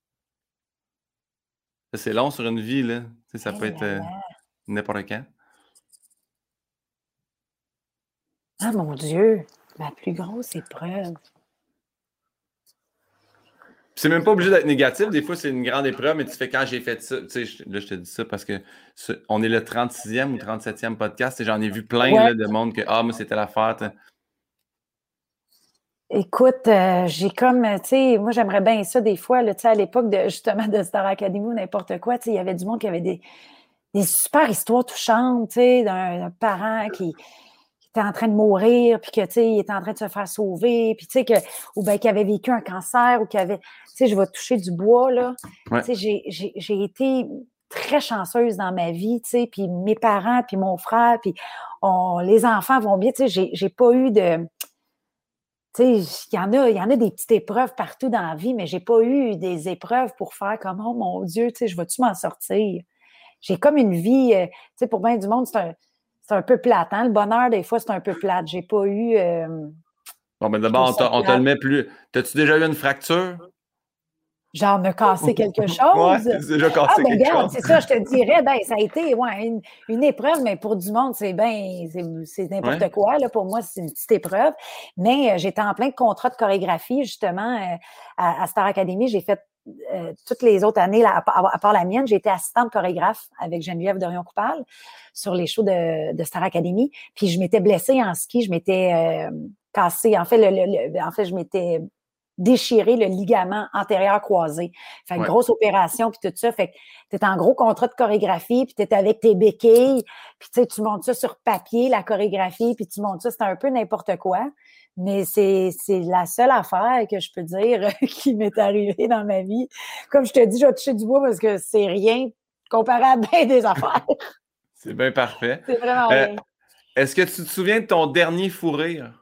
C'est long sur une vie, là. Tu sais, ça hey peut être euh, n'importe quand. Ah, mon Dieu! Ma plus grosse épreuve. C'est même pas obligé d'être négatif. Des fois, c'est une grande épreuve, mais tu fais quand j'ai fait ça. Tu sais, là, je te dis ça parce que ce, on est le trente-sixième ou trente-septième podcast et j'en ai vu plein ouais. là, de monde que ah, moi, c'était l'affaire. T'sais. Écoute, euh, j'ai comme, tu sais, moi, j'aimerais bien ça des fois, tu sais, à l'époque de justement de Star Academy ou n'importe quoi, tu sais, il y avait du monde qui avait des, des super histoires touchantes, tu sais, d'un parent qui. était en train de mourir, puis que, tu sais, il était en train de se faire sauver, puis tu sais, que, ou bien qu'il avait vécu un cancer, ou qu'il avait, tu sais, je vais toucher du bois, là. Ouais. Tu sais, j'ai, j'ai, j'ai été très chanceuse dans ma vie, tu sais, puis mes parents, puis mon frère, puis on, les enfants vont bien, tu sais, j'ai, j'ai pas eu de... Tu sais, il y en a, il y en a des petites épreuves partout dans la vie, mais j'ai pas eu des épreuves pour faire comme, oh mon Dieu, tu sais, je vais-tu m'en sortir? J'ai comme une vie, euh, tu sais, pour bien du monde, c'est un... C'est un peu plate, hein? Le bonheur, des fois, c'est un peu plate. J'ai pas eu... Euh, bon, mais d'abord, on, on te le met plus... T'as-tu déjà eu une fracture? Genre me casser quelque chose. Ouais, c'est déjà cassé ah, ben, quelque regarde, chose. c'est ça, je te dirais, ben, ça a été ouais, une, une épreuve, mais pour du monde, c'est bien, c'est n'importe Ouais. quoi. Là, pour moi, c'est une petite épreuve. Mais euh, j'étais en plein de contrat de chorégraphie, justement, euh, à, à Star Academy. J'ai fait euh, toutes les autres années, là, à, part, à part la mienne, j'ai été assistante chorégraphe avec Geneviève Dorion-Coupal sur les shows de, de Star Academy. Puis je m'étais blessée en ski, je m'étais euh, cassée. En fait, le, le, le, en fait, je m'étais déchirer le ligament antérieur croisé. Fait que Ouais. grosse opération, puis tout ça. Fait que t'es en gros contrat de chorégraphie, puis t'es avec tes béquilles, puis tu sais, tu montes ça sur papier, la chorégraphie, puis tu montes ça, c'est un peu n'importe quoi. Mais c'est c'est la seule affaire que je peux dire qui m'est arrivée dans ma vie. Comme je te dis, je vais toucher du bois parce que c'est rien comparé à bien des affaires. C'est bien parfait. C'est vraiment Euh, rien. Est-ce que tu te souviens de ton dernier fou rire?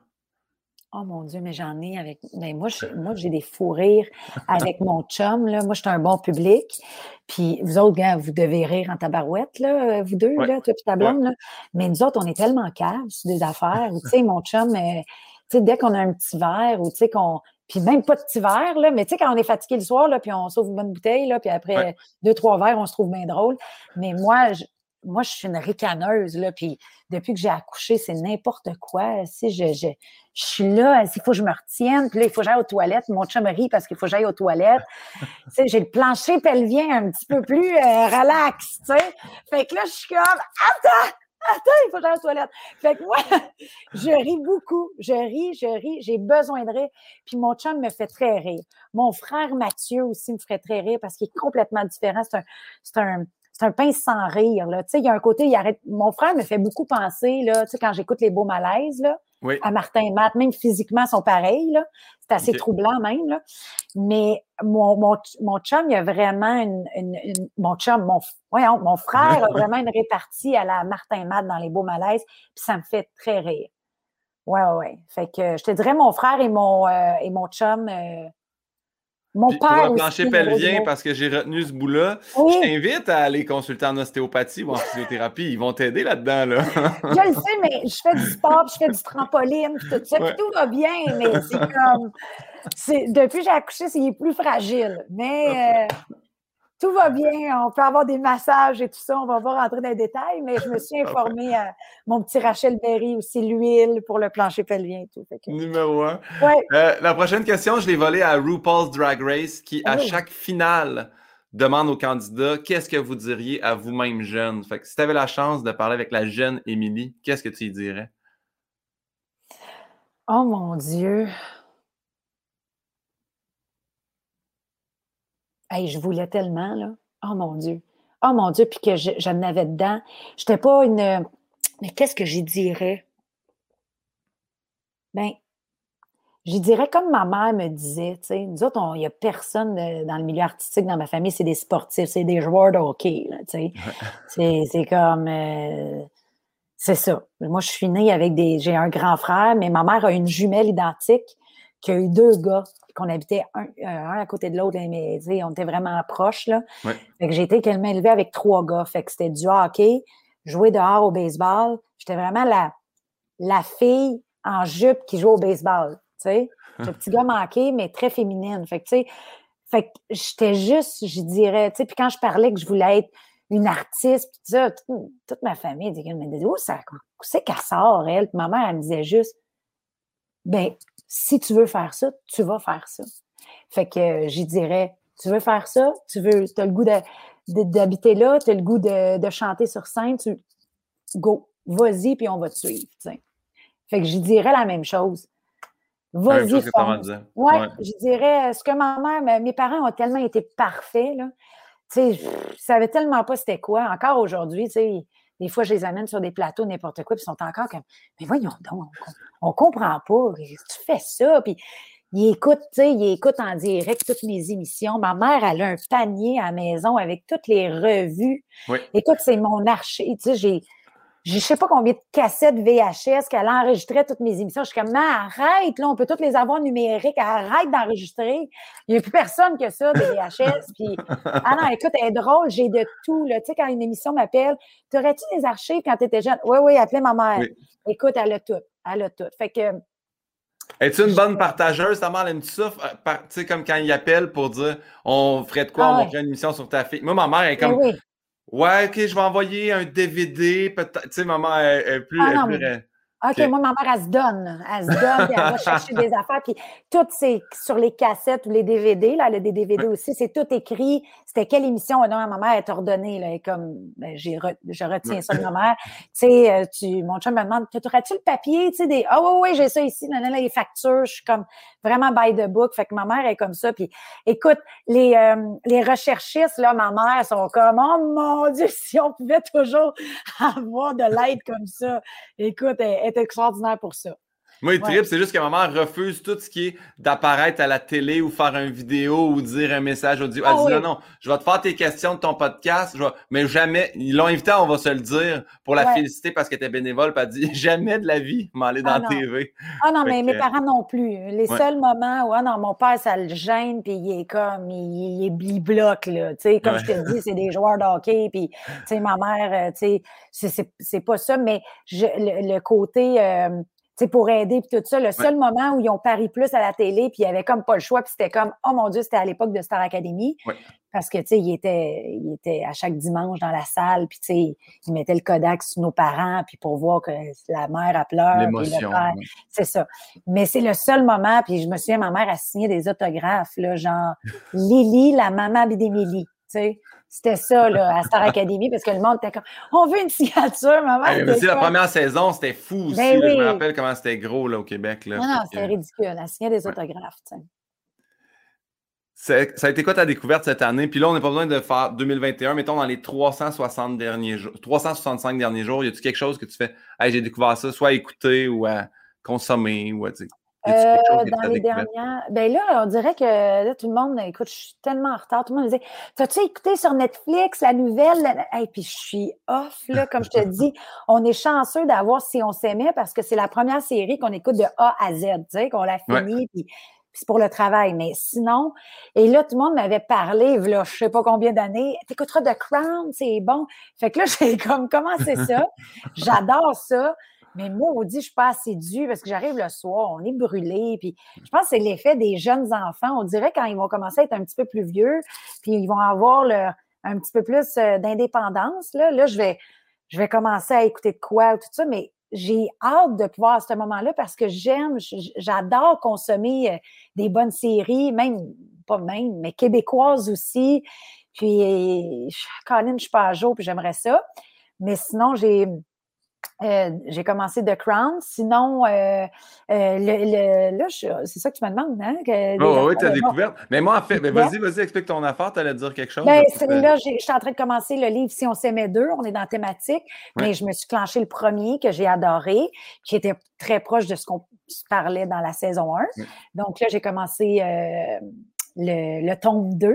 Oh mon Dieu, mais j'en ai avec. Ben moi, je, moi, j'ai des fous rires avec mon chum. Là. Moi, je suis un bon public. Puis vous autres, gars, vous devez rire en tabarouette, là, vous deux, Ouais. là, toi et ta blonde. Ouais. Là. Mais nous autres, on est tellement caves sur des affaires. Tu sais, mon chum, euh, tu sais, dès qu'on a un petit verre, ou tu sais, qu'on. Puis même pas de petit verre, là, mais tu sais, quand on est fatigué le soir, là, puis on sauve une bonne bouteille, là, puis après Ouais. deux, trois verres, on se trouve bien drôle. Mais moi, je, moi, je suis une ricaneuse, là, puis depuis que j'ai accouché, c'est n'importe quoi. Si je, je, je suis là, il faut que je me retienne, puis là, il faut que j'aille aux toilettes. Mon chum rit parce qu'il faut que j'aille aux toilettes. Tu sais, j'ai le plancher pelvien un petit peu plus euh, relax, tu sais. Fait que là, je suis comme, attends, attends, il faut que j'aille aux toilettes. Fait que moi, je ris beaucoup. Je ris, je ris, j'ai besoin de rire. Puis mon chum me fait très rire. Mon frère Mathieu aussi me ferait très rire parce qu'il est complètement différent. C'est un, c'est un, c'est un pince sans rire, là. Tu sais, il y a un côté, il arrête. Mon frère me fait beaucoup penser, là, tu sais, quand j'écoute les beaux malaises, là, Oui. à Martin et Matt, même physiquement, ils sont pareils, là. C'est assez okay. troublant, même, là. Mais mon, mon, mon chum, il a vraiment une, une, une mon chum, mon, voyons, mon frère a vraiment une répartie à la Martin et Matt dans les beaux malaises, puis ça me fait très rire. Ouais, ouais, ouais. Fait que je te dirais mon frère et mon, euh, et mon chum, euh, mon Puis père pour le aussi. plancher pelvien, parce que j'ai retenu ce bout-là, oui. je t'invite à aller consulter en ostéopathie ou en physiothérapie. Ils vont t'aider là-dedans, là. Je le sais, mais je fais du sport, puis je fais du trampoline, puis tout ça, puis ouais. Tout va bien, mais c'est comme... C'est, depuis que j'ai accouché, c'est plus fragile. Mais euh, tout va bien. On peut avoir des massages et tout ça. On va pas rentrer dans les détails, mais je me suis informée à mon petit Rachel Berry aussi, l'huile pour le plancher pelvien et tout. Fait que... Numéro un. Ouais. Euh, la prochaine question, je l'ai volée à RuPaul's Drag Race, qui, à oh. chaque finale, demande aux candidats qu'est-ce que vous diriez à vous-même jeune. Fait que si tu avais la chance de parler avec la jeune Émilie, qu'est-ce que tu y dirais? Oh mon Dieu! Hey, je voulais tellement, là. Oh mon Dieu! Oh mon Dieu! Puis que je, je n'avais dedans. Je n'étais pas une... Mais qu'est-ce que j'y dirais? Ben, j'y dirais comme ma mère me disait, tu sais, nous autres, il n'y a personne de, dans le milieu artistique, dans ma famille, c'est des sportifs, c'est des joueurs de hockey, tu sais. c'est, c'est comme... Euh, c'est ça. Moi, je suis née avec des... J'ai un grand frère, mais ma mère a une jumelle identique qui a eu deux gars, qu'on habitait un, un à côté de l'autre, mais tu sais, on était vraiment proches, là. Ouais. Fait que j'ai été tellement élevée avec trois gars. Fait que c'était du hockey, jouer dehors au baseball. J'étais vraiment la, la fille en jupe qui joue au baseball, tu sais. Le petit gars manqué, mais très féminine. Fait que, tu sais, fait que j'étais juste, je dirais, tu sais, puis quand je parlais que je voulais être une artiste, puis tout ça, toute, toute ma famille disait, mais où ça, où c'est qu'elle sort, elle? Puis ma mère, elle me disait juste, ben, si tu veux faire ça, tu vas faire ça. Fait que euh, j'y dirais, tu veux faire ça, tu veux, t'as le goût de, de, d'habiter là, t'as le goût de, de chanter sur scène, tu, go, vas-y, puis on va te suivre, t'sais. Fait que j'y dirais la même chose. Vas-y, fonce. Ouais, ouais. Je dirais, ce que ma mère, mes parents ont tellement été parfaits, là. Tu sais, je savais tellement pas c'était quoi. Encore aujourd'hui, tu sais, des fois, je les amène sur des plateaux, n'importe quoi, puis ils sont encore comme, mais voyons donc, on, on comprend pas, tu fais ça, puis ils écoutent, tu sais, ils écoutent en direct toutes mes émissions. Ma mère, elle a un panier à la maison avec toutes les revues. Oui. Écoute, c'est mon archi, tu sais, j'ai, je sais pas combien de cassettes V H S qu'elle enregistrait toutes mes émissions. Je suis comme, mais arrête, là, on peut toutes les avoir numériques, arrête d'enregistrer. Il n'y a plus personne que ça, des V H S. Puis, ah non, écoute, elle est drôle, j'ai de tout, là. Tu sais, quand une émission m'appelle, t'aurais-tu des archives quand tu étais jeune? Oui, oui, appelez ma mère. Oui. Écoute, elle a tout, elle a tout. Fait que, Es-tu une bonne partageuse? Ta mère aime-tu ça? Tu sais, comme quand il appelle pour dire on ferait de quoi, Ah on ouais. montrait une émission sur ta fille. Moi, ma mère elle est Ben comme oui. ouais, ok, je vais envoyer un D V D, peut-être. Tu sais, maman elle, elle est plus. Ah Elle est non, plus... mais elle- OK, Ok. moi, ma mère, elle se donne. Là. Elle se donne, puis elle va chercher des affaires. Puis tout, c'est sur les cassettes ou les D V D. Là, elle a des D V D aussi. C'est tout écrit. C'était quelle émission? Non, ma mère est ordonnée. Là, et comme, ben, j'ai re- je retiens ça de ma mère. Tu sais, euh, tu, mon chum me demande, aurais-tu le papier? Tu sais, des, ah oui, oui, j'ai ça ici. Non, non, les factures. Je suis comme vraiment by the book. Fait que ma mère est comme ça. Puis écoute, les, euh, les recherchistes, là, ma mère, sont comme, oh mon Dieu, si on pouvait toujours avoir de l'aide comme ça. Écoute, elle est extraordinaire pour ça. Moi, il Ouais. tripe, c'est juste que ma mère refuse tout ce qui est d'apparaître à la télé ou faire une vidéo ou dire un message audio. Elle Ah dit non, oui. non, je vais te faire tes questions de ton podcast, je vais... mais jamais. Ils l'ont invitée, on va se le dire, pour la Ouais. féliciter parce qu'elle était bénévole. Puis elle dit jamais de la vie m'aller dans Ah la non. T V. Ah non, Fait mais que, mes parents non plus. Les ouais. seuls moments où, ah non, mon père, ça le gêne, puis il est comme, il, il, il bloque, là. Tu sais, comme Ouais. je te dis, c'est des joueurs de hockey, puis, tu sais, ma mère, euh, tu sais, c'est- c'est c'est pas ça, mais je, le, le côté, euh, tu sais, pour aider, puis tout ça, le seul moment où ils ont pari plus à la télé, puis il y avait comme pas le choix, puis c'était comme, oh mon Dieu, c'était à l'époque de Star Academy. Ouais. Parce que, tu sais, il était, il était à chaque dimanche dans la salle, puis, tu sais, il mettait le Kodak sur nos parents, puis pour voir que la mère, a pleuré, puis le L'émotion. père, Ouais. c'est ça. Mais c'est le seul moment, puis je me souviens, ma mère a signé des autographes, là, genre Lily, la maman d'Émilie, tu sais. C'était ça, là, à Star Academy, parce que le monde était comme, on veut une signature, maman. Hey, mais aussi, la première saison, c'était fou aussi. Ben là. oui. Je me rappelle comment c'était gros là, au Québec. Là. Non, non, Fait c'était que- ridicule. Elle signait des Ouais. autographes, tu sais. C'est- Ça a été quoi ta découverte cette année? Puis là, on n'a pas besoin de faire deux mille vingt et un, mettons dans les trois cent soixante derniers jours, trois cent soixante-cinq derniers jours, y a-tu quelque chose que tu fais? Hey, j'ai découvert ça, soit à écouter ou à consommer ou à tu sais, y a-tu quelque chose Euh, que tu dans as les découvert? dernières. Ben là, on dirait que là, tout le monde, écoute, je suis tellement en retard. Tout le monde me disait, t'as-tu écouté sur Netflix la nouvelle? Et puis je suis off, là, comme je te dis. On est chanceux d'avoir Si on s'aimait parce que c'est la première série qu'on écoute de A à Z, tu sais, qu'on l'a fini, Ouais. puis, puis c'est pour le travail. Mais sinon, et là, tout le monde m'avait parlé, là, je sais pas combien d'années, t'écouteras The Crown, c'est bon. Fait que là, j'ai comme commencé ça. J'adore ça. Mais moi, on dit, je suis pas assidue parce que j'arrive le soir, on est brûlé. Puis je pense que c'est l'effet des jeunes enfants. On dirait quand ils vont commencer à être un petit peu plus vieux, puis ils vont avoir le, un petit peu plus euh, d'indépendance. Là, là je, vais, je vais commencer à écouter de quoi, tout ça. Mais j'ai hâte de pouvoir à ce moment-là parce que j'aime, j'adore consommer euh, des bonnes séries, même, pas même, mais québécoises aussi. Puis, Colin, je suis pas à jour, puis j'aimerais ça. Mais sinon, j'ai. Euh, j'ai commencé The Crown. Sinon, euh, euh, le, le, là, c'est ça que tu me demandes, hein? Que des Oh, oui, tu as affaires, bon, découvert. Mais moi, en fait, ben, découvertes. vas-y, vas-y, explique ton affaire. Tu allais dire quelque chose. Ben, De... c'est là, je suis en train de commencer le livre Si on s'aimait deux. On est dans la thématique, Ouais. mais je me suis clenché le premier que j'ai adoré, qui était très proche de ce qu'on parlait dans la saison un. Ouais. Donc là, j'ai commencé euh, le, le tome deux.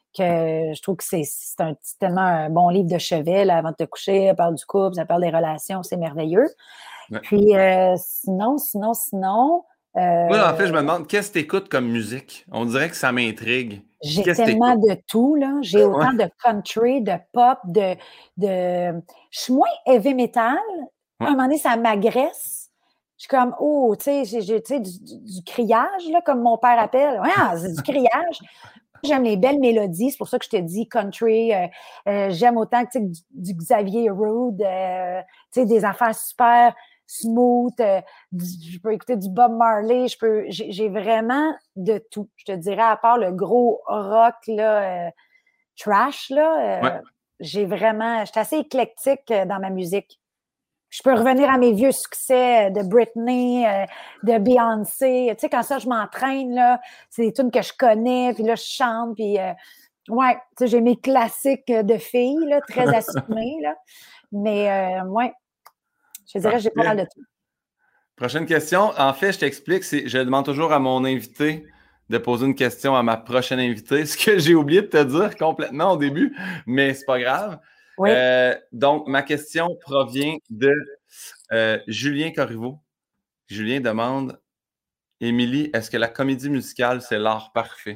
Que je trouve que c'est, c'est, un, c'est tellement un bon livre de chevet, là, avant de te coucher, ça parle du couple, ça parle des relations, c'est merveilleux. Ouais. Puis euh, sinon, sinon, sinon... Euh, Moi, en fait, je me demande, qu'est-ce que tu écoutes comme musique? On dirait que ça m'intrigue. J'ai qu'est-ce tellement de tout, là. J'ai autant ouais. de country, de pop, de... de... Je suis moins heavy metal. Ouais. À un moment donné, ça m'agresse. Je suis comme, oh, tu sais, j'ai, j'ai, du, du, du criage, là, comme mon père appelle. Ouais, c'est du criage. J'aime les belles mélodies, c'est pour ça que je te dis country. Euh, euh, j'aime autant que, du, du Xavier Rood, euh, des affaires super smooth. Euh, du, je peux écouter du Bob Marley. Je peux, j'ai, j'ai vraiment de tout. Je te dirais, à part le gros rock là, euh, trash, là, euh, ouais. j'ai vraiment, je suis assez éclectique dans ma musique. Je peux revenir à mes vieux succès de Britney, euh, de Beyoncé. Tu sais, quand ça, je m'entraîne, là, c'est des tunes que je connais, puis là, je chante, puis euh, ouais, tu sais, j'ai mes classiques de filles, là, très assumées, là. Mais euh, ouais, je dirais, j'ai pas mal de tout. Prochaine question. En fait, je t'explique, c'est, je demande toujours à mon invité de poser une question à ma prochaine invitée, ce que j'ai oublié de te dire complètement au début, mais c'est pas grave. Oui. Euh, donc, ma question provient de euh, Julien Corriveau. Julien demande, Émilie, est-ce que la comédie musicale, c'est l'art parfait?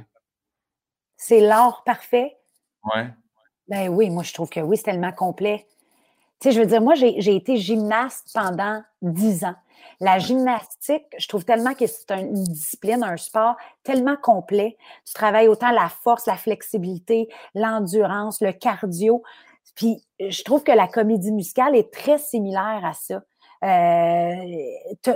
C'est l'art parfait? Oui. Ben oui, moi, je trouve que oui, c'est tellement complet. sais, je veux dire, moi, j'ai, j'ai été gymnaste pendant dix ans. La gymnastique, je trouve tellement que c'est une discipline, un sport tellement complet. Tu travailles autant la force, la flexibilité, l'endurance, le cardio. Puis, je trouve que la comédie musicale est très similaire à ça. Euh,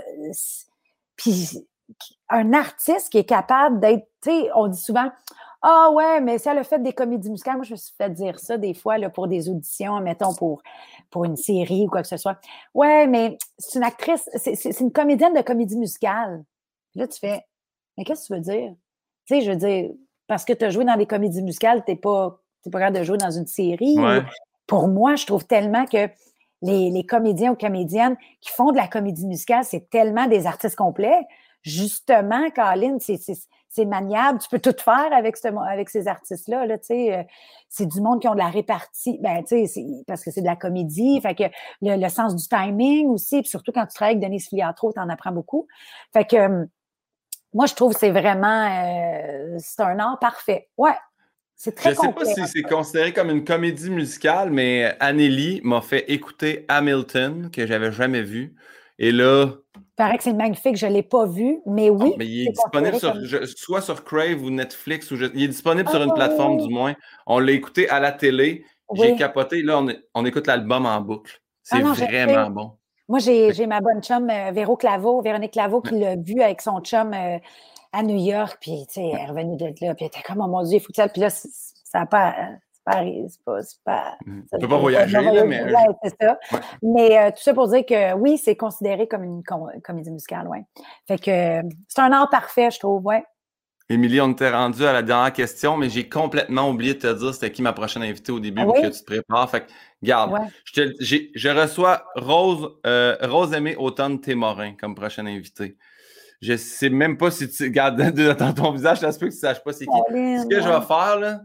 puis, un artiste qui est capable d'être, tu sais, on dit souvent, ah ouais, mais si elle a fait des comédies musicales, moi je me suis fait dire ça des fois là, pour des auditions, mettons pour, pour une série ou quoi que ce soit. Ouais, mais c'est une actrice, c'est, c'est, c'est une comédienne de comédie musicale. Puis là, tu fais, mais qu'est-ce que tu veux dire? Tu sais, je veux dire, parce que tu as joué dans des comédies musicales, t'es pas, t'es pas capable de jouer dans une série. Ouais. Ou... Pour moi, je trouve tellement que les, les comédiens ou comédiennes qui font de la comédie musicale, c'est tellement des artistes complets. Justement, Colin, c'est, c'est, c'est maniable. Tu peux tout faire avec, ce, avec ces artistes-là. Là, tu sais, c'est du monde qui ont de la répartie. Ben, tu sais, c'est, parce que c'est de la comédie. Fait que le, le sens du timing aussi. Puis surtout quand tu travailles avec Denise Filiatro, tu en apprends beaucoup. Fait que moi, je trouve que c'est vraiment... Euh, c'est un art parfait. Ouais. C'est très Je sais complet, pas si c'est considéré comme une comédie musicale, mais Anneli m'a fait écouter Hamilton, que j'avais jamais vu. Et là... Il paraît que c'est magnifique, je ne l'ai pas vu, mais oui. Oh, mais il est, est disponible sur, comme... je, soit sur Crave ou Netflix, ou je, il est disponible oh, sur une plateforme oui. du moins. On l'a écouté à la télé, oui. J'ai capoté, là on, on écoute l'album en boucle. C'est ah non, vraiment bon. Moi, j'ai, j'ai ma bonne chum, euh, Véro Claveau, Véronique Claveau, qui l'a vu avec son chum euh, à New York, puis tu sais, elle est revenue de là, puis elle était comme, oh mon Dieu, il faut que ça... Puis là, ça n'a pas... C'est pas, c'est pas, on ne peut pas voyager, pas là, mais... Ouais, c'est ça. Ouais. Mais euh, tout ça pour dire que, oui, c'est considéré comme une com- comédie musicale, ouais. Fait que euh, c'est un art parfait, je trouve, ouais. Émilie, on t'est rendu à la dernière question, mais j'ai complètement oublié de te dire c'était qui ma prochaine invitée au début ah, pour oui? que tu te prépares. Fait que, garde, ouais. je, te, j'ai, je reçois Rose, euh, Rose Aimée Automne Témorin comme prochaine invitée. Je sais même pas si tu... Regarde, dans ton visage, ça se peut que tu ne saches pas c'est qui. Caroline, Ce que ouais. je vais faire, là...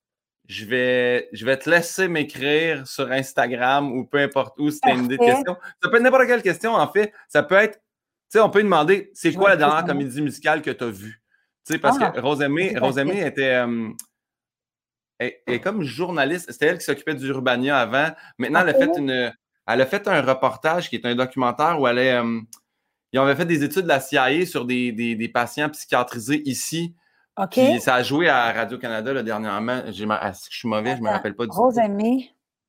Je vais, je vais te laisser m'écrire sur Instagram ou peu importe où si tu as une idée de question. Ça peut être n'importe quelle question, en fait. Ça peut être, tu sais, on peut demander, c'est quoi ouais, la dernière comédie musicale que tu as vue? Tu sais, parce ah, que Rosemée, Rosemée était, euh, elle, elle est comme journaliste. C'était elle qui s'occupait d'Urbania avant. Maintenant, okay. elle, a fait une, elle a fait un reportage qui est un documentaire où elle est, euh, ils avaient fait des études de la C I A sur des, des, des patients psychiatrisés ici. Okay. Puis ça a joué à Radio-Canada là, dernièrement. J'ai, est-ce que je suis mauvais? Je ne me rappelle pas du tout. Rose Aimée.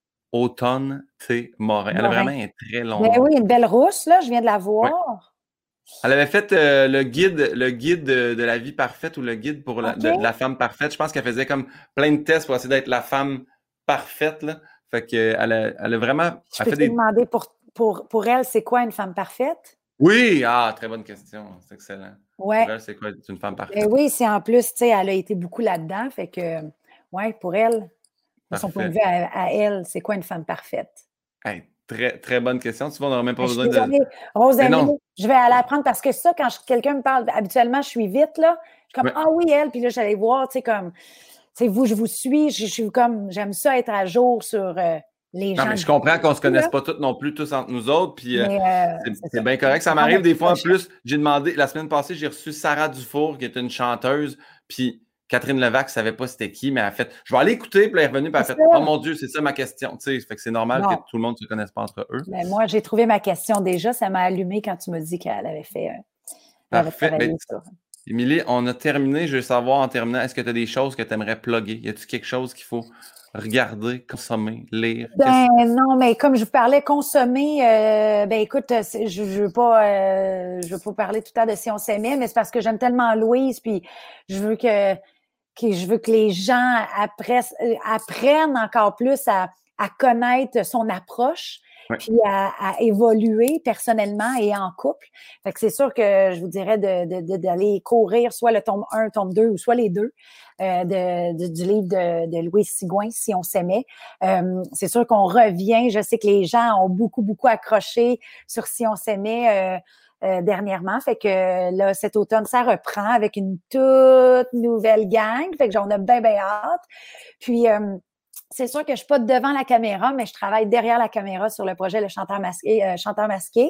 Automne Témorin. Elle a vraiment un très long nom. Oui, une belle rousse, là. Je viens de la voir. Ouais. Elle avait fait euh, le guide, le guide de, de la vie parfaite ou le guide pour la, okay. de, de la femme parfaite. Je pense qu'elle faisait comme plein de tests pour essayer d'être la femme parfaite. Là. Fait que elle a, elle a vraiment... Je elle peux fait te des... demander pour, pour, pour elle, c'est quoi une femme parfaite? Oui! Ah, très bonne question. C'est excellent. Ouais. Pour elle, c'est quoi une femme parfaite? Et oui, c'est en plus, tu sais, elle a été beaucoup là-dedans. Fait que, ouais, pour elle, de son point de vue à, à elle, c'est quoi une femme parfaite? Hey, très, très bonne question. Tu vois, on n'aura même pas Mais besoin je suis désolée. de. Rose Aimée, je vais aller apprendre parce que ça, quand je, quelqu'un me parle, habituellement, je suis vite, là. Je suis comme, ouais. ah oui, elle, puis là, j'allais voir, tu sais, comme, tu sais, vous, je vous suis, je, je suis comme, j'aime ça être à jour sur. Euh, Les non, gens mais je comprends qu'on ne se connaisse pas tous non plus, tous entre nous autres. Puis euh, euh, c'est, c'est, c'est bien correct. Ça m'arrive des fois en plus. J'ai demandé, la semaine passée, j'ai reçu Sarah Dufour, qui est une chanteuse. Puis Catherine Levac ne savait pas c'était qui, mais elle a fait je vais aller écouter. Puis elle est revenue, puis elle a fait oh mon Dieu, c'est ça ma question. Tu sais, fait que c'est normal bon. que tout le monde ne se connaisse pas entre eux. Mais moi, j'ai trouvé ma question déjà. Ça m'a allumé quand tu m'as dit qu'elle avait fait. Euh, Parfait. Avait ben, ça. Émilie, on a terminé. Je veux savoir en terminant, est-ce que tu as des choses que tu aimerais plugger? Y a-t-il quelque chose qu'il faut regarder, consommer, lire? Ben non, mais comme je vous parlais, consommer, euh, ben écoute, je, je veux pas euh, je veux pas parler tout le temps de si on s'aimait, mais c'est parce que j'aime tellement Louise, puis je veux que, que je veux que les gens apprennent, apprennent encore plus à, à connaître son approche. Oui. Puis à, à évoluer personnellement et en couple. Fait que c'est sûr que je vous dirais de, de, de, d'aller courir soit le tome un, tome deux ou soit les deux euh, de, de, du livre de, de Louise Sigouin, Si on s'aimait. Euh, c'est sûr qu'on revient. Je sais que les gens ont beaucoup, beaucoup accroché sur Si on s'aimait euh, euh, dernièrement. Fait que là, cet automne, ça reprend avec une toute nouvelle gang. Fait que j'en ai bien, bien hâte. Puis... Euh, c'est sûr que je suis pas devant la caméra, mais je travaille derrière la caméra sur le projet Le Chanteur Masqué. Euh, Chanteur Masqué.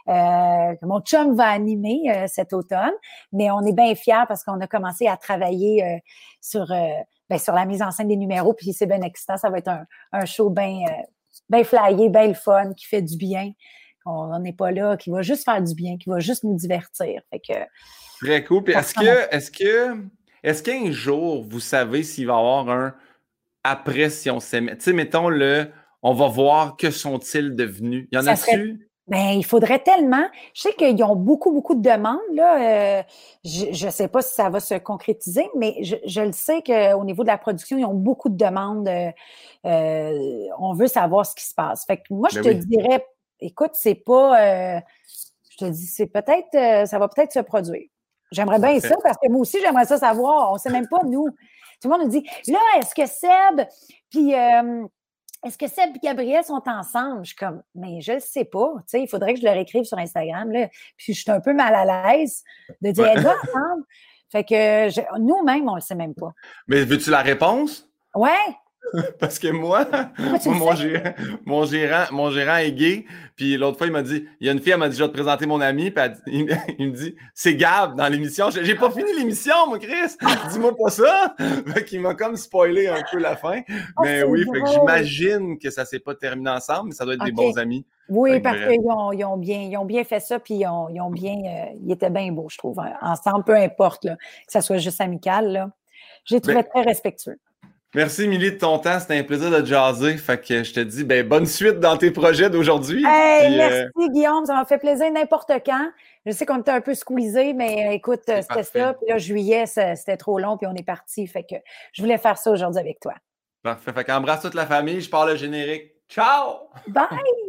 Euh, mon chum va animer euh, cet automne, mais on est bien fiers parce qu'on a commencé à travailler euh, sur, euh, ben, sur la mise en scène des numéros, puis c'est bien excitant. Ça va être un, un show bien... Euh, bien flyé, bien le fun, qui fait du bien. On n'est pas là, qui va juste faire du bien, qui va juste nous divertir. Fait que, très cool. Puis est-ce que, est-ce que, est-ce qu'un jour, vous savez s'il va y avoir un après si on s'aime? Tu sais, mettons le, on va voir que sont-ils devenus. Y en a-tu? Serait... Ben, il faudrait tellement. Je sais qu'ils ont beaucoup, beaucoup de demandes. Là. Euh, je ne sais pas si ça va se concrétiser, mais je, je le sais qu'au niveau de la production, ils ont beaucoup de demandes. Euh, euh, on veut savoir ce qui se passe. Fait que moi, je ben te oui. dirais, écoute, c'est pas. Euh, je te dis, c'est peut-être. Euh, ça va peut-être se produire. J'aimerais bien ça parce que moi aussi, j'aimerais ça savoir. On ne sait même pas, nous. Tout le monde nous dit, là, est-ce que Seb, puis. Euh, Est-ce que Seb et Gabriel sont ensemble? Je suis comme, mais je ne sais pas. Tu sais, il faudrait que je leur écrive sur Instagram. Là. Puis je suis un peu mal à l'aise de dire, ouais. Êtes-vous ensemble? Fait que je, nous-mêmes, on ne le sait même pas. Mais veux-tu la réponse? Ouais. Parce que moi, moi mon, gérant, mon, gérant, mon gérant est gay. Puis l'autre fois, il m'a dit, il y a une fille, elle m'a dit, je vais te présenter mon ami. Puis elle, il, il me dit, c'est Gab dans l'émission. J'ai, j'ai pas fini l'émission, mon Chris. Dis-moi pas ça. Fait qu'il m'a comme spoilé un peu la fin. Oh, mais oui, fait que j'imagine que ça s'est pas terminé ensemble, mais ça doit être okay. Des bons amis. Oui, parce qu'ils ont, ils ont, bien, ils ont bien fait ça, puis ils, ont, ils, ont bien, euh, ils étaient bien beaux, je trouve, ensemble, peu importe, là, que ça soit juste amical. Là. J'ai trouvé ben, très respectueux. Merci, Émilie, de ton temps. C'était un plaisir de jaser. Fait que je te dis, ben, bonne suite dans tes projets d'aujourd'hui. Hey, puis, merci, euh... Guillaume. Ça m'a fait plaisir n'importe quand. Je sais qu'on était un peu squeezés, mais écoute, c'est c'était parfait. Ça. Puis là, juillet, c'était trop long, puis on est parti. Fait que je voulais faire ça aujourd'hui avec toi. Parfait. Fait qu'embrasse toute la famille. Je pars le générique. Ciao! Bye!